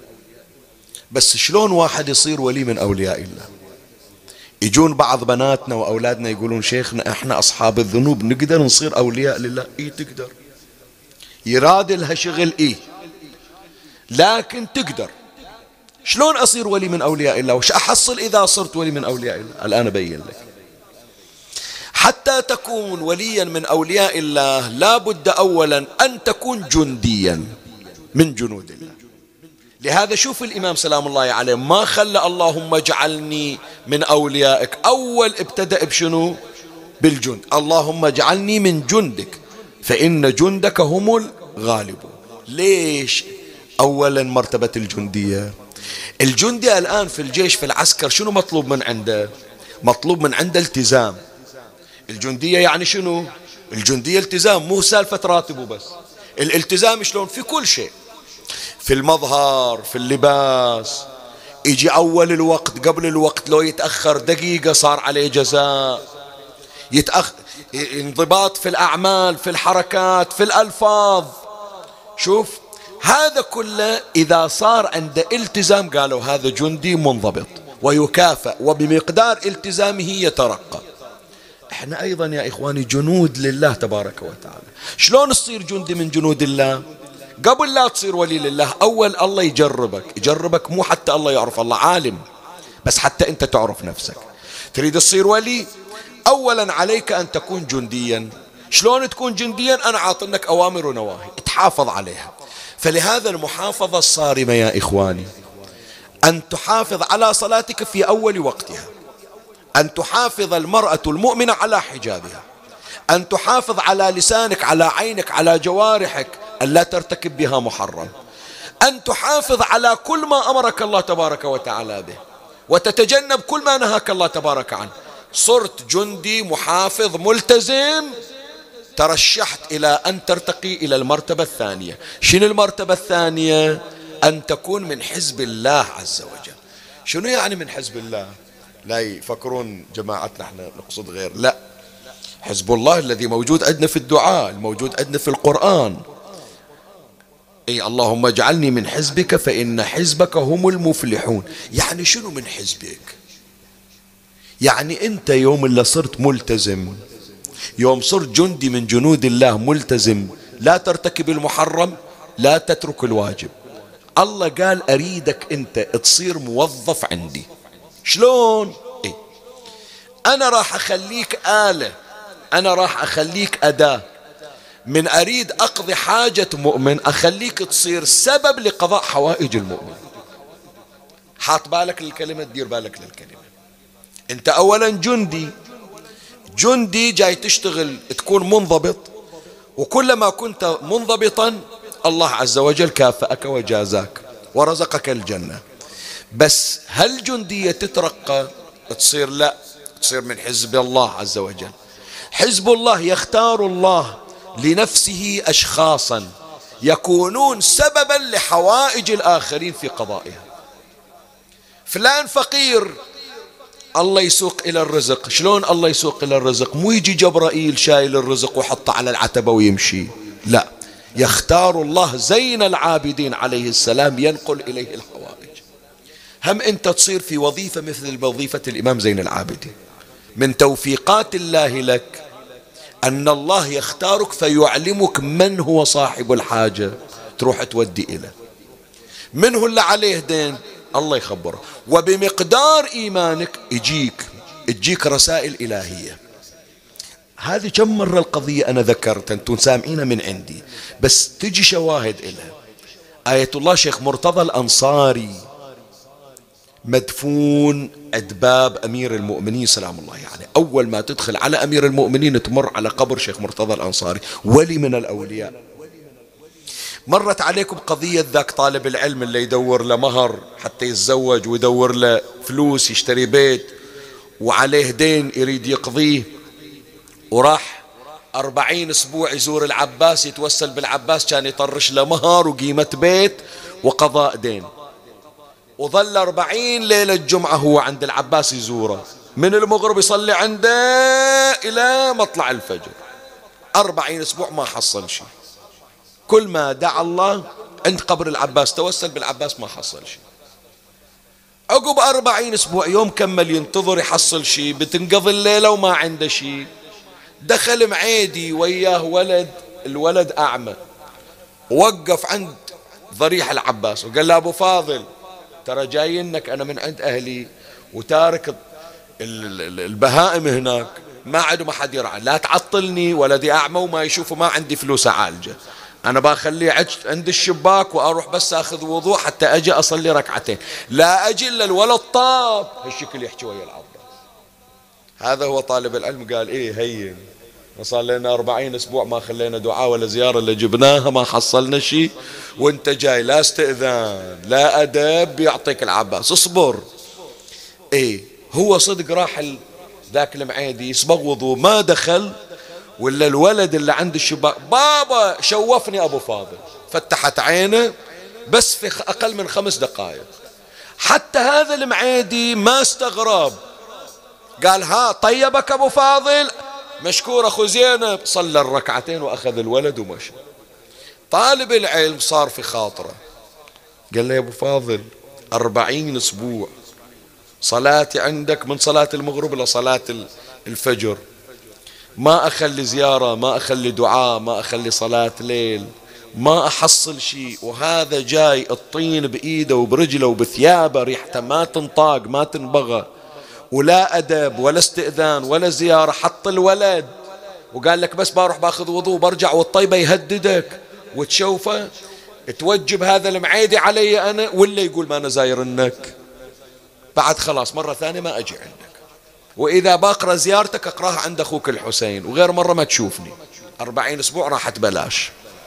بس شلون واحد يصير ولي من أولياء الله؟ يجون بعض بناتنا وأولادنا يقولون شيخنا احنا أصحاب الذنوب نقدر نصير أولياء لله؟ ايه تقدر، يراد لها شغل ايه، لكن تقدر. شلون أصير ولي من أولياء الله؟ وش أحصل إذا صرت ولي من أولياء الله؟ الآن أبين لك. حتى تكون وليا من أولياء الله لا بد أولا أن تكون جنديا من جنود الله. لهذا شوف الإمام سلام الله عليه ما خلى اللهم اجعلني من أوليائك، أول ابتدأ بشنو؟ بالجند. اللهم اجعلني من جندك فإن جندك هم الغالبون. ليش أولا مرتبة الجندية؟ الجندي الآن في الجيش في العسكر شنو مطلوب من عنده؟ مطلوب من عنده التزام. الجندية يعني شنو؟ الجندية التزام، مو سالفة راتبه بس. الالتزام شلون؟ في كل شيء، في المظهر، في اللباس. يجي أول الوقت قبل الوقت لو يتأخر دقيقة صار عليه جزاء. يتأخر، انضباط في الأعمال، في الحركات، في الألفاظ. شوف هذا كله إذا صار عنده التزام قالوا هذا جندي منضبط ويكافأ وبمقدار التزامه يترقى. احنا أيضا يا إخواني جنود لله تبارك وتعالى. شلون تصير جندي من جنود الله؟ قبل لا تصير ولي لله أول الله يجربك. يجربك مو حتى الله يعرف، الله عالم، بس حتى أنت تعرف نفسك. تريد تصير ولي أولا عليك أن تكون جنديا. شلون تكون جنديا؟ أنا عاطنك أوامر ونواهي تحافظ عليها. فلهذا المحافظة الصارمة يا إخواني أن تحافظ على صلاتك في أول وقتها، أن تحافظ المرأة المؤمنة على حجابها، أن تحافظ على لسانك، على عينك، على جوارحك، أن لا ترتكب بها محرم، أن تحافظ على كل ما أمرك الله تبارك وتعالى به، وتتجنب كل ما نهاك الله تبارك عنه. صرت جندي محافظ ملتزم، ترشحت إلى أن ترتقي إلى المرتبة الثانية. شنو المرتبة الثانية؟ أن تكون من حزب الله عز وجل. شنو يعني من حزب الله؟ لا يفكرون جماعتنا احنا نقصد غير، لا، حزب الله الذي موجود عندنا في الدعاء، الموجود عندنا في القرآن. اي اللهم اجعلني من حزبك فإن حزبك هم المفلحون. يعني شنو من حزبك؟ يعني انت يوم اللي صرت ملتزم، يوم صرت جندي من جنود الله ملتزم، لا ترتكب المحرم، لا تترك الواجب، الله قال أريدك أنت تصير موظف عندي. شلون؟ إيه؟ أنا راح أخليك آلة، أنا راح أخليك أداة. من أريد أقضي حاجة مؤمن أخليك تصير سبب لقضاء حوائج المؤمن. حاط بالك للكلمة، دير بالك للكلمة. أنت أولا جندي، جندي جاي تشتغل تكون منضبط، وكلما كنت منضبطا الله عز وجل كافأك وجازاك ورزقك الجنة. بس هل جندية تترقى تصير؟ لا، تصير من حزب الله عز وجل. حزب الله يختار الله لنفسه أشخاصا يكونون سببا لحوائج الآخرين في قضائها. فلان فقير، الله يسوق إلى الرزق. شلون الله يسوق إلى الرزق؟ مو يجي جبرائيل شايل الرزق وحطه على العتبة ويمشي، لا، يختار الله زين العابدين عليه السلام ينقل إليه الحوائج. هم أنت تصير في وظيفة مثل وظيفة الإمام زين العابدين. من توفيقات الله لك أن الله يختارك فيعلمك من هو صاحب الحاجة، تروح تودي إليه. من هو اللي عليه دين؟ الله يخبره. وبمقدار إيمانك يجيك تجيك رسائل إلهية. هذه كم مرة القضية أنا ذكرت، أنتم سامعينها من عندي، بس تجي شواهد إلها. آية الله شيخ مرتضى الأنصاري مدفون أدباب أمير المؤمنين سلام الله عليه. يعني أول ما تدخل على أمير المؤمنين تمر على قبر شيخ مرتضى الأنصاري، ولي من الأولياء. مرت عليكم قضية ذاك طالب العلم اللي يدور له مهر حتى يتزوج ويدور له فلوس يشتري بيت وعليه دين يريد يقضيه، وراح أربعين أسبوع يزور العباس يتوسل بالعباس كان يطرش له مهر وقيمة بيت وقضاء دين، وظل أربعين ليلة الجمعة هو عند العباس يزوره، من المغرب يصلي عنده إلى مطلع الفجر، أربعين أسبوع ما حصل شيء. كل ما دعا الله عند قبر العباس توسل بالعباس ما حصل شيء. عقب أربعين أسبوع يوم كمل ينتظر يحصل شيء، بتنقضي الليلة وما عنده شيء. دخل معيدي وياه ولد، الولد أعمى، وقف عند ضريح العباس وقال له أبو فاضل ترى جايينك أنا من عند أهلي وتارك البهائم هناك ما عندهم أحد يرعى، لا تعطلني، ولدي أعمى وما يشوف وما عندي فلوس أعالجه، أنا بخليه عند الشباك وأروح بس أخذ وضوء حتى أجي أصلي ركعتين، لا أجي إلا الولد طاب. هالشكل يحكي ويا العباس. هذا هو طالب العلم. قال إيه هين، صار لنا أربعين أسبوع ما خلينا دعاء ولا زيارة اللي جبناها ما حصلنا شيء، وانت جاي لا استئذان لا أدب يعطيك العباس، اصبر. إيه هو صدق راح ذاك المعيدي يصبغ وضوء، ما دخل ولا الولد اللي عند الشباك بابا شوفني أبو فاضل، فتحت عينه بس في أقل من خمس دقائق. حتى هذا المعيدي ما استغرب، قال ها طيبك أبو فاضل، مشكور أخو زينب، صلى الركعتين وأخذ الولد ومشى. طالب العلم صار في خاطره، قال له يا أبو فاضل أربعين أسبوع صلاتي عندك من صلاة المغرب إلى صلاة الفجر، ما أخلي زيارة، ما أخلي دعاء، ما أخلي صلاة ليل، ما أحصل شيء، وهذا جاي الطين بإيده وبرجله وبثيابه ريحته ما تنطاق ما تنبغى، ولا أدب ولا استئذان ولا زيارة، حط الولد وقال لك بس بروح باخذ وضوء برجع، والطيبة يهددك وتشوفه، توجب هذا المعيدي علي أنا ولا يقول ما أنا زايرنك، بعد خلاص مرة ثانية ما أجي عندك، وإذا بقرأ زيارتك أقراها عند أخوك الحسين، وغير مرة ما تشوفني، أربعين أسبوع راحت بلاش.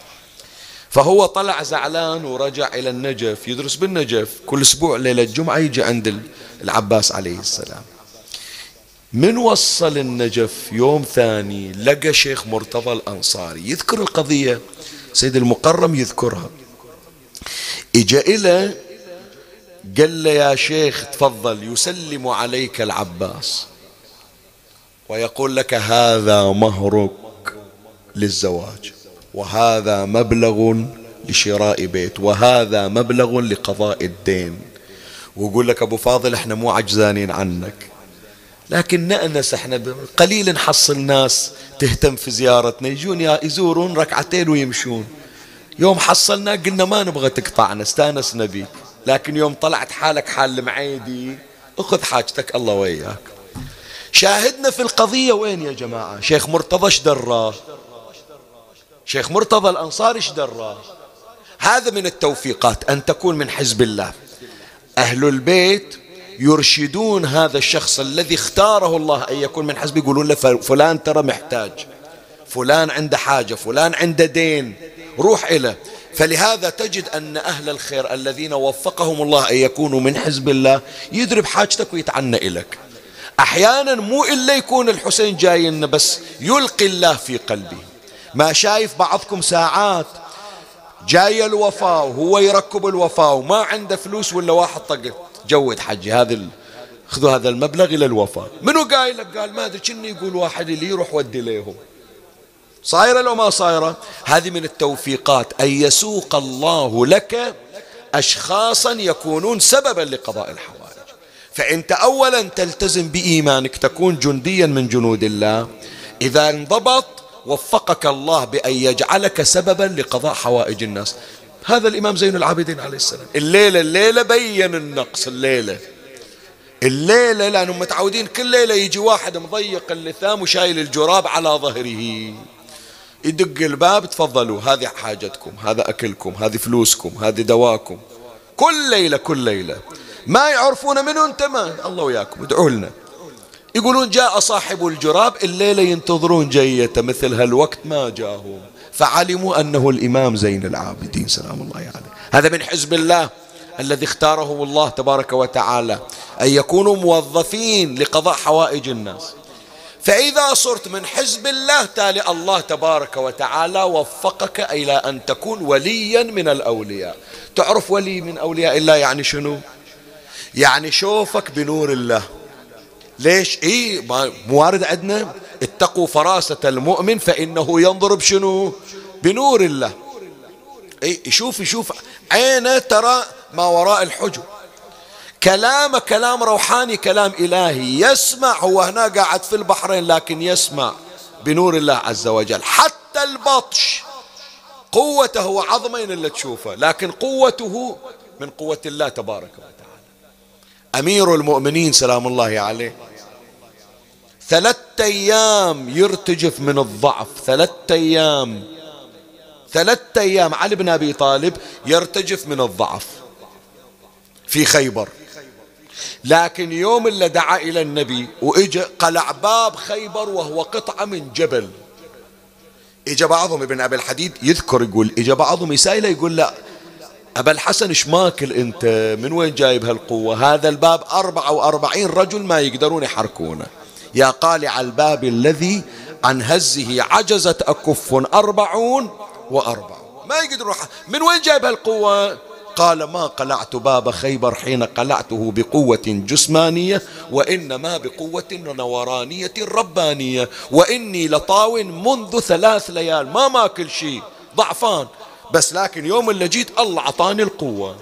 فهو طلع زعلان ورجع إلى النجف يدرس بالنجف، كل أسبوع ليلة الجمعة يجي عند العباس عليه السلام. من وصل النجف يوم ثاني لقى شيخ مرتضى الأنصاري يذكر القضية، سيد المقرم يذكرها، إجا إلى قال له يا شيخ تفضل، يسلم عليك العباس ويقول لك هذا مهرك للزواج، وهذا مبلغ لشراء بيت، وهذا مبلغ لقضاء الدين، ويقول لك أبو فاضل احنا مو عجزانين عنك، لكن نأنس احنا قليل نحصل ناس تهتم في زيارتنا، يجون يزورون ركعتين ويمشون، يوم حصلنا قلنا ما نبغى تقطعنا استانسنا بيك، لكن يوم طلعت حالك حال المعيدي اخذ حاجتك الله وياك. شاهدنا في القضية وين يا جماعة؟ شيخ مرتضى ايش دراه؟ شيخ مرتضى الأنصاري ايش دراه؟ هذا من التوفيقات أن تكون من حزب الله. أهل البيت يرشدون هذا الشخص الذي اختاره الله أن يكون من حزب، يقولون له فلان ترى محتاج، فلان عنده حاجة، فلان عنده دين، روح إليه. فلهذا تجد أن أهل الخير الذين وفقهم الله أن يكونوا من حزب الله يدري بحاجتك ويتعنى إليك. أحيانا مو إلا يكون الحسين جاي لنا بس يلقي الله في قلبه. ما شايف بعضكم ساعات جاي الوفاة وهو يركب الوفاة وما عنده فلوس ولا واحد طق جود حجي هذا ال... خذوا هذا المبلغ إلى الوفاة. منو قايل لك؟ قال ما أدري كني يقول واحد اللي يروح ودي ليهم. صايرة لو ما صايرة؟ هذه من التوفيقات أن يسوق الله لك أشخاصا يكونون سببا لقضاء الحوائج. فأنت أولا تلتزم بإيمانك تكون جنديا من جنود الله. إذا انضبط وفقك الله بأن يجعلك سببا لقضاء حوائج الناس. هذا الإمام زين العابدين عليه السلام الليلة الليلة بين النقص. الليلة الليلة لأنهم متعودين كل ليلة يجي واحد مضيق اللثام وشايل الجراب على ظهره، يدق الباب تفضلوا هذه حاجتكم، هذا أكلكم، هذه فلوسكم، هذه دواكم. كل ليلة كل ليلة ما يعرفون منه أنت ما الله وياكم ادعوا لنا. يقولون جاء صاحب الجراب الليلة ينتظرون جيته مثل هالوقت ما جاهم، فعلموا أنه الإمام زين العابدين سلام الله عليه. يعني. هذا من حزب الله الذي اختاره الله تبارك وتعالى أن يكونوا موظفين لقضاء حوائج الناس. فإذا صرت من حزب الله تالي الله تبارك وتعالى وفقك إلى أن تكون وليا من الأولياء. تعرف ولي من أولياء الله يعني شنو؟ يعني شوفك بنور الله. ليش؟ إيه موارد عندنا اتقوا فراسة المؤمن فإنه ينظر بشنو؟ بنور الله. إيه يشوف يشوف عينه ترى ما وراء الحجب. كلام كلام روحاني كلام إلهي. يسمع هو هنا قاعد في البحرين لكن يسمع بنور الله عز وجل. حتى البطش قوته وعظمين اللي تشوفه لكن قوته من قوة الله تبارك وتعالى. أمير المؤمنين سلام الله عليه ثلاثة أيام يرتجف من الضعف. ثلاثة أيام ثلاثة أيام علي بن أبي طالب يرتجف من الضعف في خيبر. لكن يوم اللي دعا إلى النبي وإجا قلع باب خيبر وهو قطعة من جبل. إجا بعضهم ابن أبي الحديد يذكر يقول إجا بعضهم يسائله يقول لا أبا الحسن إيش ماكل أنت من وين جايب هالقوة؟ هذا الباب أربعة وأربعين رجل ما يقدرون يحركونه. يا قالع الباب الذي عن هزه عجزت أكف أربعون وأربعون ما يقدرون. من وين جايب هالقوة؟ قال ما قلعت باب خيبر حين قلعته بقوة جسمانية وإنما بقوة نورانية ربانية وإني لطاو منذ ثلاث ليال ما ماكل شيء ضعفان بس لكن يوم اللي جيت الله عطاني القوة.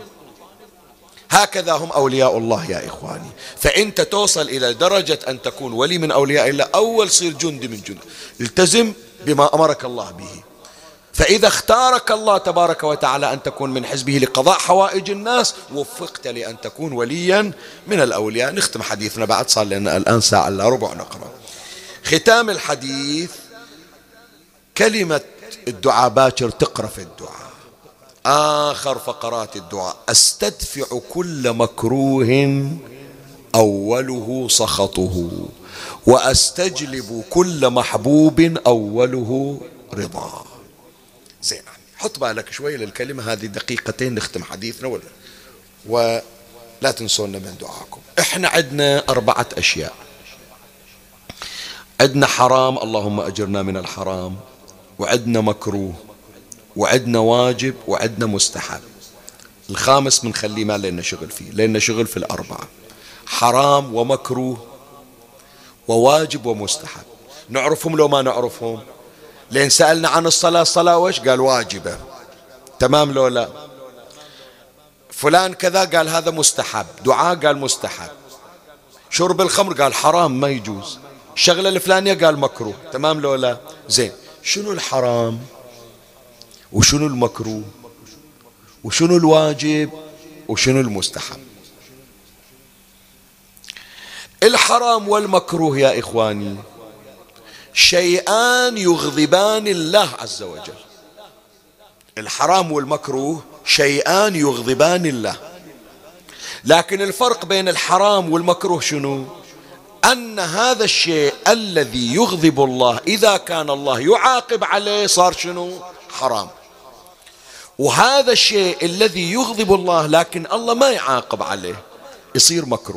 هكذا هم أولياء الله يا إخواني. فأنت توصل إلى درجة أن تكون ولي من أولياء الله أول صير جندي من جند. التزم بما أمرك الله به. فإذا اختارك الله تبارك وتعالى أن تكون من حزبه لقضاء حوائج الناس وفقت لأن تكون وليا من الأولياء. نختم حديثنا بعد صار لنا الآن ساعة إلا ربع نقرأ. ختام الحديث كلمة الدعاء باكر تقرأ في الدعاء. آخر فقرات الدعاء أستدفع كل مكروه أوله سخطه وأستجلب كل محبوب أوله رضا. زين حط بالك شوي للكلمة هذه دقيقتين نختم حديثنا ولا ولا تنسونا من دعاكم. احنا عندنا أربعة أشياء. عندنا حرام اللهم أجرنا من الحرام، وعندنا مكروه، وعندنا واجب، وعندنا مستحب. الخامس بنخليه ما لنا شغل فيه لأنه شغل في الأربعة. حرام ومكروه وواجب ومستحب نعرفهم لو ما نعرفهم. لين سألنا عن الصلاة الصلاة وش قال واجبة تمام لو لا. فلان كذا قال هذا مستحب. دعاء قال مستحب. شرب الخمر قال حرام ما يجوز. الشغلة الفلانية قال مكروه تمام لو لا. زين شنو الحرام وشنو المكروه وشنو الواجب وشنو المستحب؟ الحرام والمكروه يا إخواني شيئان يغضبان الله عز وجل. الحرام والمكروه شيئان يغضبان الله. لكن الفرق بين الحرام والمكروه شنو؟ أن هذا الشيء الذي يغضب الله إذا كان الله يعاقب عليه صار شنو؟ حرام. وهذا الشيء الذي يغضب الله لكن الله ما يعاقب عليه يصير مكروه.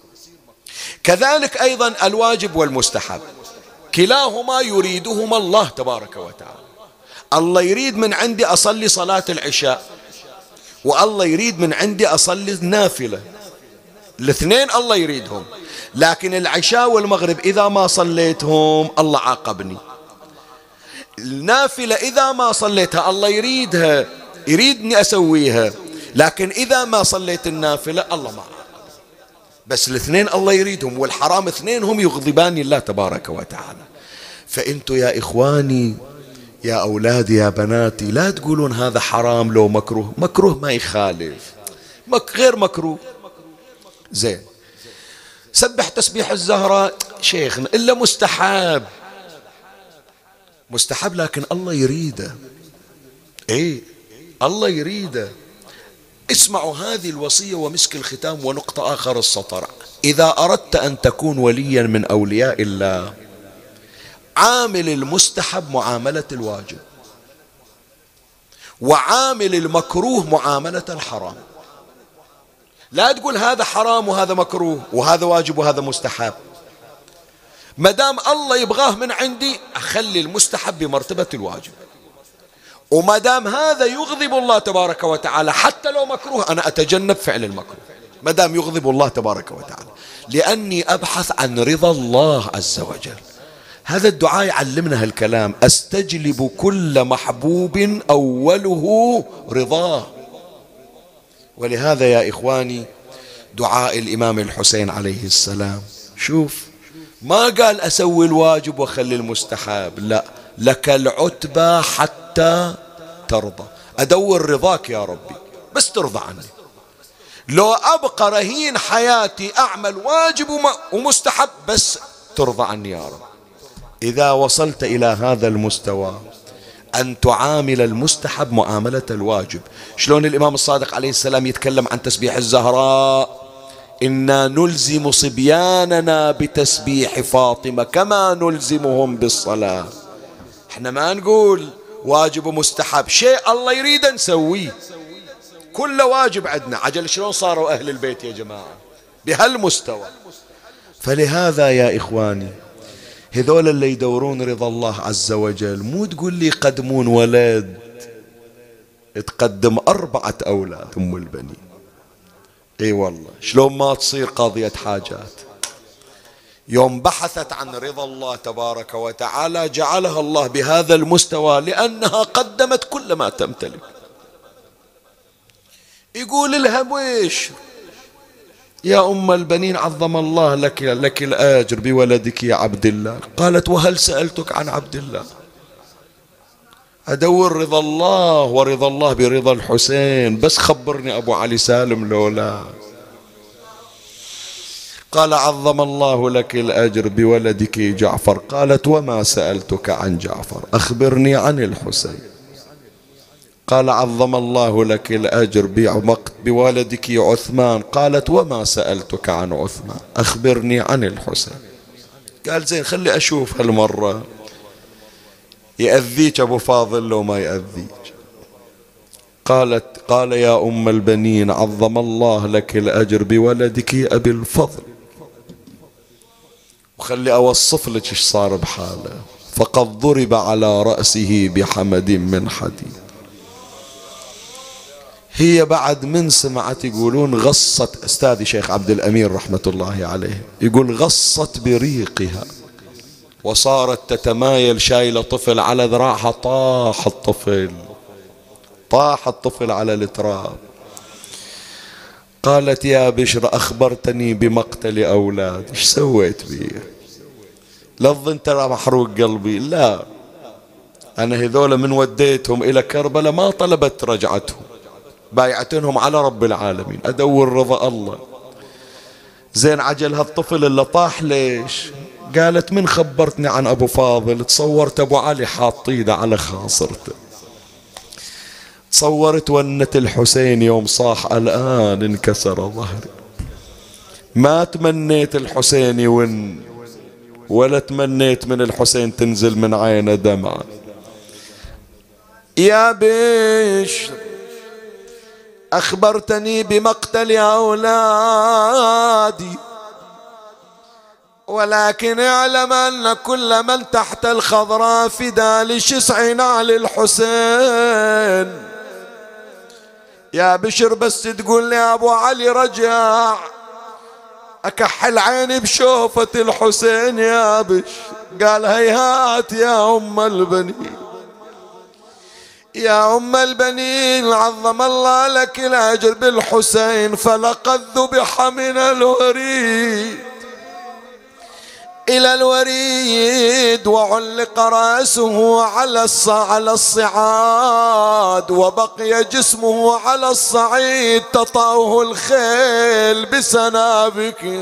كذلك أيضا الواجب والمستحب كلاهما يريدهما الله تبارك وتعالى. الله يريد من عندي أصلي صلاة العشاء، والله يريد من عندي أصلي النافلة، الاثنين الله يريدهم. لكن العشاء والمغرب إذا ما صليتهم الله عاقبني. النافلة إذا ما صليتها الله يريدها، يريدني أسويها، لكن إذا ما صليت النافلة الله ما عاقب. بس الاثنين الله يريدهم، والحرام اثنين هم يغضبان الله تبارك وتعالى. فأنتوا يا إخواني يا أولادي يا بناتي لا تقولون هذا حرام لو مكروه، مكروه ما يخالف، مك غير مكروه. زين، سبح تسبيح الزهراء شيخنا إلا مستحب، مستحب لكن الله يريده. ايه الله يريده. اسمعوا هذه الوصية ومسك الختام ونقطة آخر السطر. إذا أردت أن تكون وليا من أولياء الله عامل المستحب معاملة الواجب، وعامل المكروه معاملة الحرام. لا تقول هذا حرام وهذا مكروه وهذا واجب وهذا مستحب. ما دام الله يبغاه من عندي أخلي المستحب بمرتبة الواجب، وما دام هذا يغضب الله تبارك وتعالى حتى لو مكروه أنا أتجنب فعل المكروه ما دام يغضب الله تبارك وتعالى، لأني أبحث عن رضا الله عز وجل. هذا الدعاء يعلمنا هالكلام: أستجلب كل محبوب أوله رضاه. ولهذا يا إخواني دعاء الإمام الحسين عليه السلام، شوف ما قال أسوي الواجب وخلي المستحب، لا، لك العتبى حتى ترضى. أدور رضاك يا ربي بس ترضى عني. لو أبقى رهين حياتي أعمل واجب ومستحب بس ترضى عني يا رب. إذا وصلت إلى هذا المستوى أن تعامل المستحب معاملة الواجب. شلون الإمام الصادق عليه السلام يتكلم عن تسبيح الزهراء: إنا نلزم صبياننا بتسبيح فاطمة كما نلزمهم بالصلاة. احنا ما نقول واجب ومستحب، شيء الله يريد نسويه، كل واجب عندنا. عجل شلون صاروا أهل البيت يا جماعة بهالمستوى. فلهذا يا إخواني هذول اللي يدورون رضا الله عز وجل مو تقول لي قدمون ولد، تقدم أربعة أولاد أم البنين. اي والله، شلون ما تصير قاضية حاجات. يوم بحثت عن رضا الله تبارك وتعالى جعلها الله بهذا المستوى لأنها قدمت كل ما تمتلك. يقول لها ويش يا أم البنين عظم الله لك لك الأجر بولدك يا عبد الله. قالت: وهل سألتك عن عبد الله؟ أدور رضا الله ورضا الله برضا الحسين، بس خبرني أبو علي سالم لولا. قال: عظم الله لك الأجر بولدك جعفر. قالت: وما سألتك عن جعفر، أخبرني عن الحسين. قال: عظم الله لك الأجر بولدك عثمان. قالت: وما سألتك عن عثمان، أخبرني عن الحسين. قال: زين خلي أشوف هالمرة يأذيك أبو فاضل لو ما يأذيك. قالت قال: يا أم البنين عظم الله لك الأجر بولدك أبي الفضل. وخلي أوصف لك إيش صار بحاله: فقد ضرب على رأسه بحمد من حديد. هي بعد من سمعت يقولون غصت، أستاذي شيخ عبد الأمير رحمة الله عليه يقول غصت بريقها وصارت تتمايل شايلة طفل على ذراعها. طاح الطفل، طاح الطفل على التراب. قالت: يا بشر أخبرتني بمقتل أولاد، إيش سويت بيه؟ لظن ترى محروق قلبي. لا، أنا هذول من وديتهم إلى كربلاء ما طلبت رجعتهم، بايعتنهم على رب العالمين، أدور رضا الله. زين عجل هالطفل اللي طاح ليش؟ قالت: من خبرتني عن أبو فاضل تصورت أبو علي حاط ايده على خاصرته، تصورت ونة الحسين يوم صاح الآن انكسر ظهري. ما تمنيت الحسين يون ولا تمنيت من الحسين تنزل من عينه دمعة. يا بشر أخبرتني بمقتل أولادي، ولكن اعلم أن كل من تحت الخضراء فدا لشسع نعل الحسين. يا بشر بس تقول لي أبو علي رجع أكحل عيني بشوفة الحسين يا بشر. قال هيهات يا أم البنين، يا أم البنين عظم الله لك الأجر بالحسين، فلقد ذبح من الوريد إلى الوريد وعلق رأسه على على الصعاد، وبقي جسمه على الصعيد تطأه الخيل بسنابك.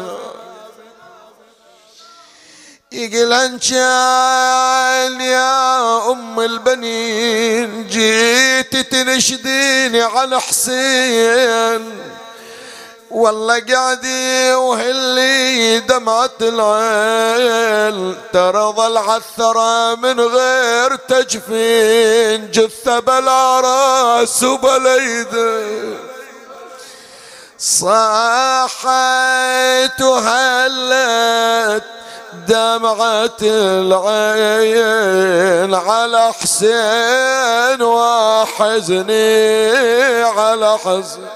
يقول انشال يا ام البنين جيت تنشديني على حسين، والله قاعدي وهلي دمعة العين، ترى ضل عالثرى من غير تجفين، جثة بلا راس وبلا يدين. صاحت وهلت دمعة العين على حسين وحزني على حزن.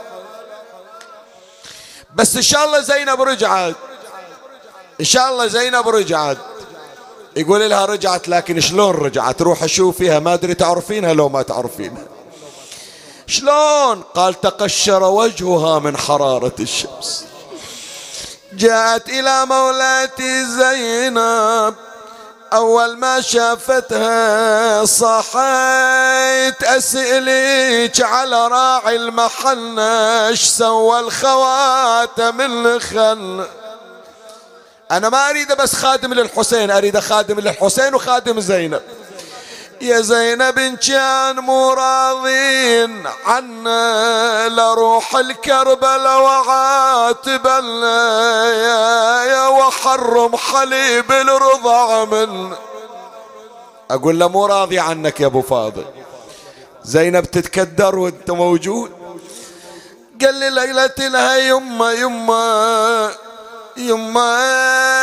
بس ان شاء الله زينب رجعت، ان شاء الله زينب رجعت. يقول لها رجعت، لكن شلون رجعت؟ روح اشوفيها، ما ادري تعرفينها لو ما تعرفينها. شلون؟ قال تقشر وجهها من حرارة الشمس. جاءت إلى مولاتي زينب، أول ما شافتها صحيت أسألك على راعي المحنة ايش سوى الخواتم اللي خل. أنا ما أريد بس خادم للحسين، أريد خادم للحسين وخادم زينب. يا زينب إن كان مو راضين عنا لروح الكربلاء وعاتبنا يا يا وحرم حليب الرضع من. أقول له مو راضي عنك يا أبو فاضل. زينب تتكدر وانت موجود. قال لي ليلة لها يما يما يما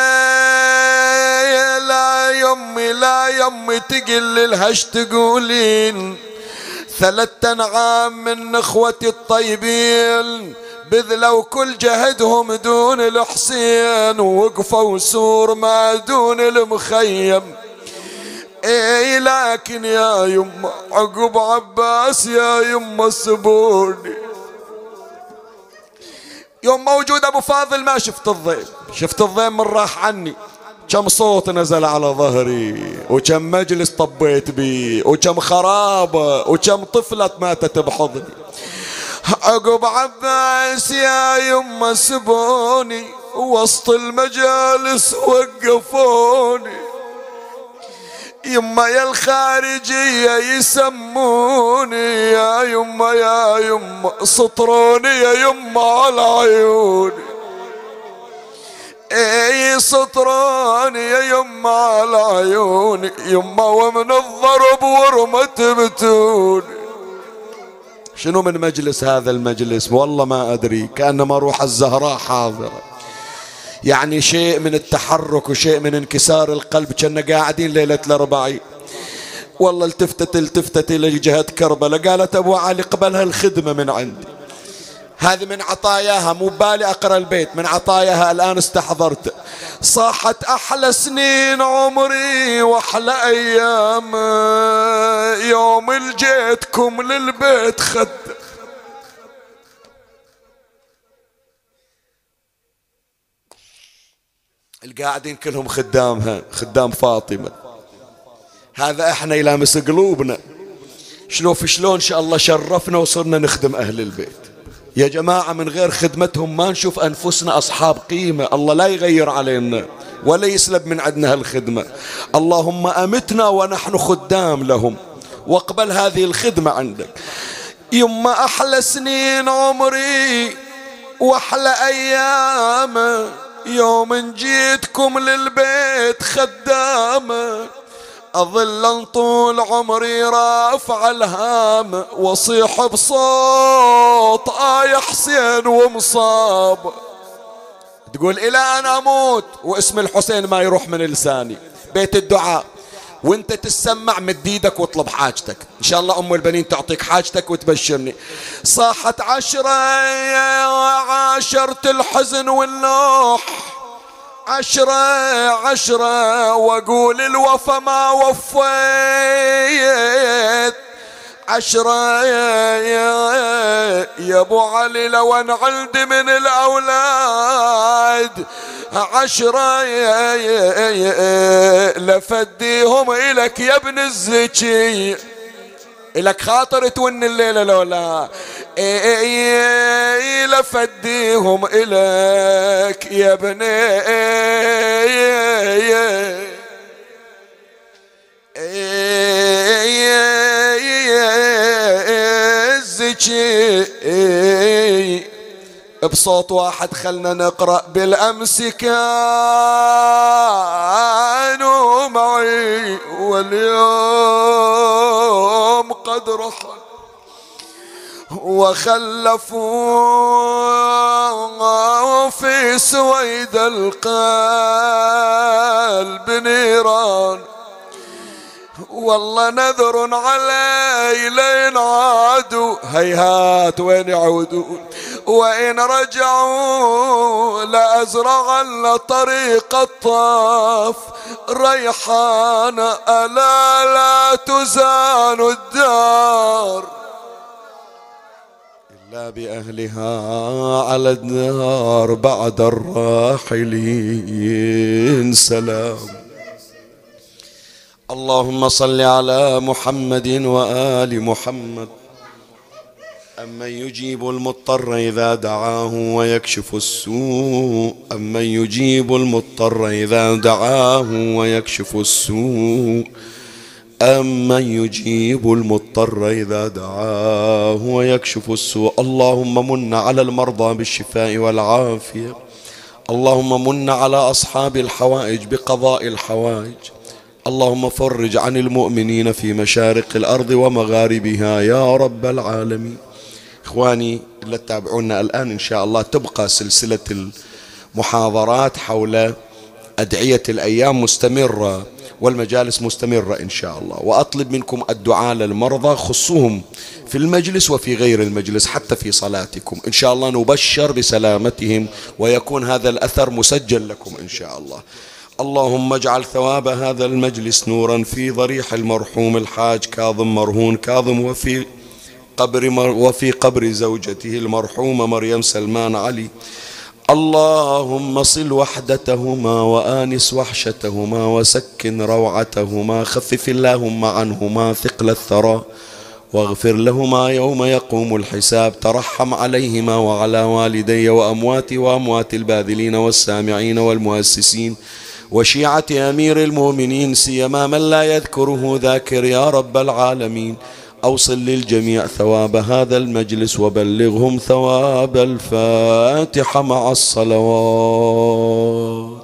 لا يمي لا يمي تقل لهاش تقولين. ثلاث انعام من اخوتي الطيبين بذلوا كل جهدهم دون الحسين، ووقفوا سور ما دون المخيم. اي لكن يا يما عقب عباس يا يما سبوني. يوم موجود ابو فاضل ما شفت الضيم، شفت الضيم من راح عني. كم صوت نزل على ظهري، وكم مجلس طبيت بيه، وكم خرابة، وكم طفلة ماتت بحضني. عقب عباس يا يما سبوني، وسط المجالس وقفوني. يما يا الخارجية يسموني، يا يما يا يما سطروني يا يما على عيوني. اي سطروني يا يما على عيوني يما، ومن الضرب ورمت بتوني. شنو من مجلس هذا المجلس؟ والله ما ادري، كأنما روح الزهراء حاضرة. يعني شيء من التحرك وشيء من انكسار القلب، كنا قاعدين ليلة الأربعين. والله التفتت التفتت إلى جهة كربلاء، قالت أبو علي قبلها الخدمة من عندي، هذه من عطاياها، مو بالي أقرأ البيت، من عطاياها الآن استحضرت. صاحت أحلى سنين عمري وأحلى أيام يوم الجيتكم للبيت خد. القاعدين كلهم خدامها، خدام فاطمة. هذا احنا يلامس قلوبنا. شلون شلون ان شاء الله شرفنا وصرنا نخدم اهل البيت. يا جماعة من غير خدمتهم ما نشوف انفسنا اصحاب قيمة. الله لا يغير علينا ولا يسلب من عندنا هالخدمة. اللهم امتنا ونحن خدام لهم، واقبل هذه الخدمة عندك. يما احلى سنين عمري واحلى ايام يوم جيتكم للبيت خدامة. أظل طول عمري رافع الهام وصيح بصوت آه يا حسين ومصاب. تقول إلى أن أموت واسم الحسين ما يروح من لساني. بيت الدعاء وانت تسمع مد ايدك واطلب حاجتك، ان شاء الله ام البنين تعطيك حاجتك وتبشرني. صاحت عشرة عاشرت الحزن والنوح، عشرة عشرة واقول الوفا ما وفيت، عشرة يا, يا, يا ابو علي لو ان عندي من الاولاد عشرة يا يا يا لفديهم الك يا ابن الزكي، الك خاطر تون الليله لولا لفديهم الك يا ابن الزكي. بصوت واحد خلنا نقرأ بالأمس كانوا معي واليوم قد رحل وخلفوا في سويد القلب نيران، والله نذر علي لين عادوا هيهات وين يعودون، وإن رجعوا لأزرعن طريق الطاف ريحان ألا لا تزان الدار إلا بأهلها على النار بعد الراحلين سلام. اللهم صل على محمد وآل محمد. أمن يجيب المضطر إذا دعاه ويكشف السوء، أمن يجيب المضطر إذا دعاه ويكشف السوء، أمن يجيب المضطر إذا دعاه ويكشف السوء. اللهم من على المرضى بالشفاء والعافية، اللهم من على أصحاب الحوائج بقضاء الحوائج، اللهم فرج عن المؤمنين في مشارق الأرض ومغاربها يا رب العالمين. إخواني اللي تتابعونا الآن إن شاء الله تبقى سلسلة المحاضرات حول أدعية الأيام مستمرة والمجالس مستمرة إن شاء الله، وأطلب منكم الدعاء للمرضى، خصوهم في المجلس وفي غير المجلس حتى في صلاتكم إن شاء الله نبشر بسلامتهم ويكون هذا الأثر مسجل لكم إن شاء الله. اللهم اجعل ثواب هذا المجلس نورا في ضريح المرحوم الحاج كاظم مرهون كاظم وفي قبر مر وفي قبر زوجته المرحومة مريم سلمان علي. اللهم صل وحدتهما وآنس وحشتهما وسكن روعتهما، خفف اللهم عنهما ثقل الثرى واغفر لهما يوم يقوم الحساب، ترحم عليهما وعلى والدي وأمواتي وأموات الباذلين والسامعين والمؤسسين وشيعة أمير المؤمنين سيما من لا يذكره ذاكر يا رب العالمين. أوصل للجميع ثواب هذا المجلس وبلغهم ثواب الفاتحة مع الصلوات.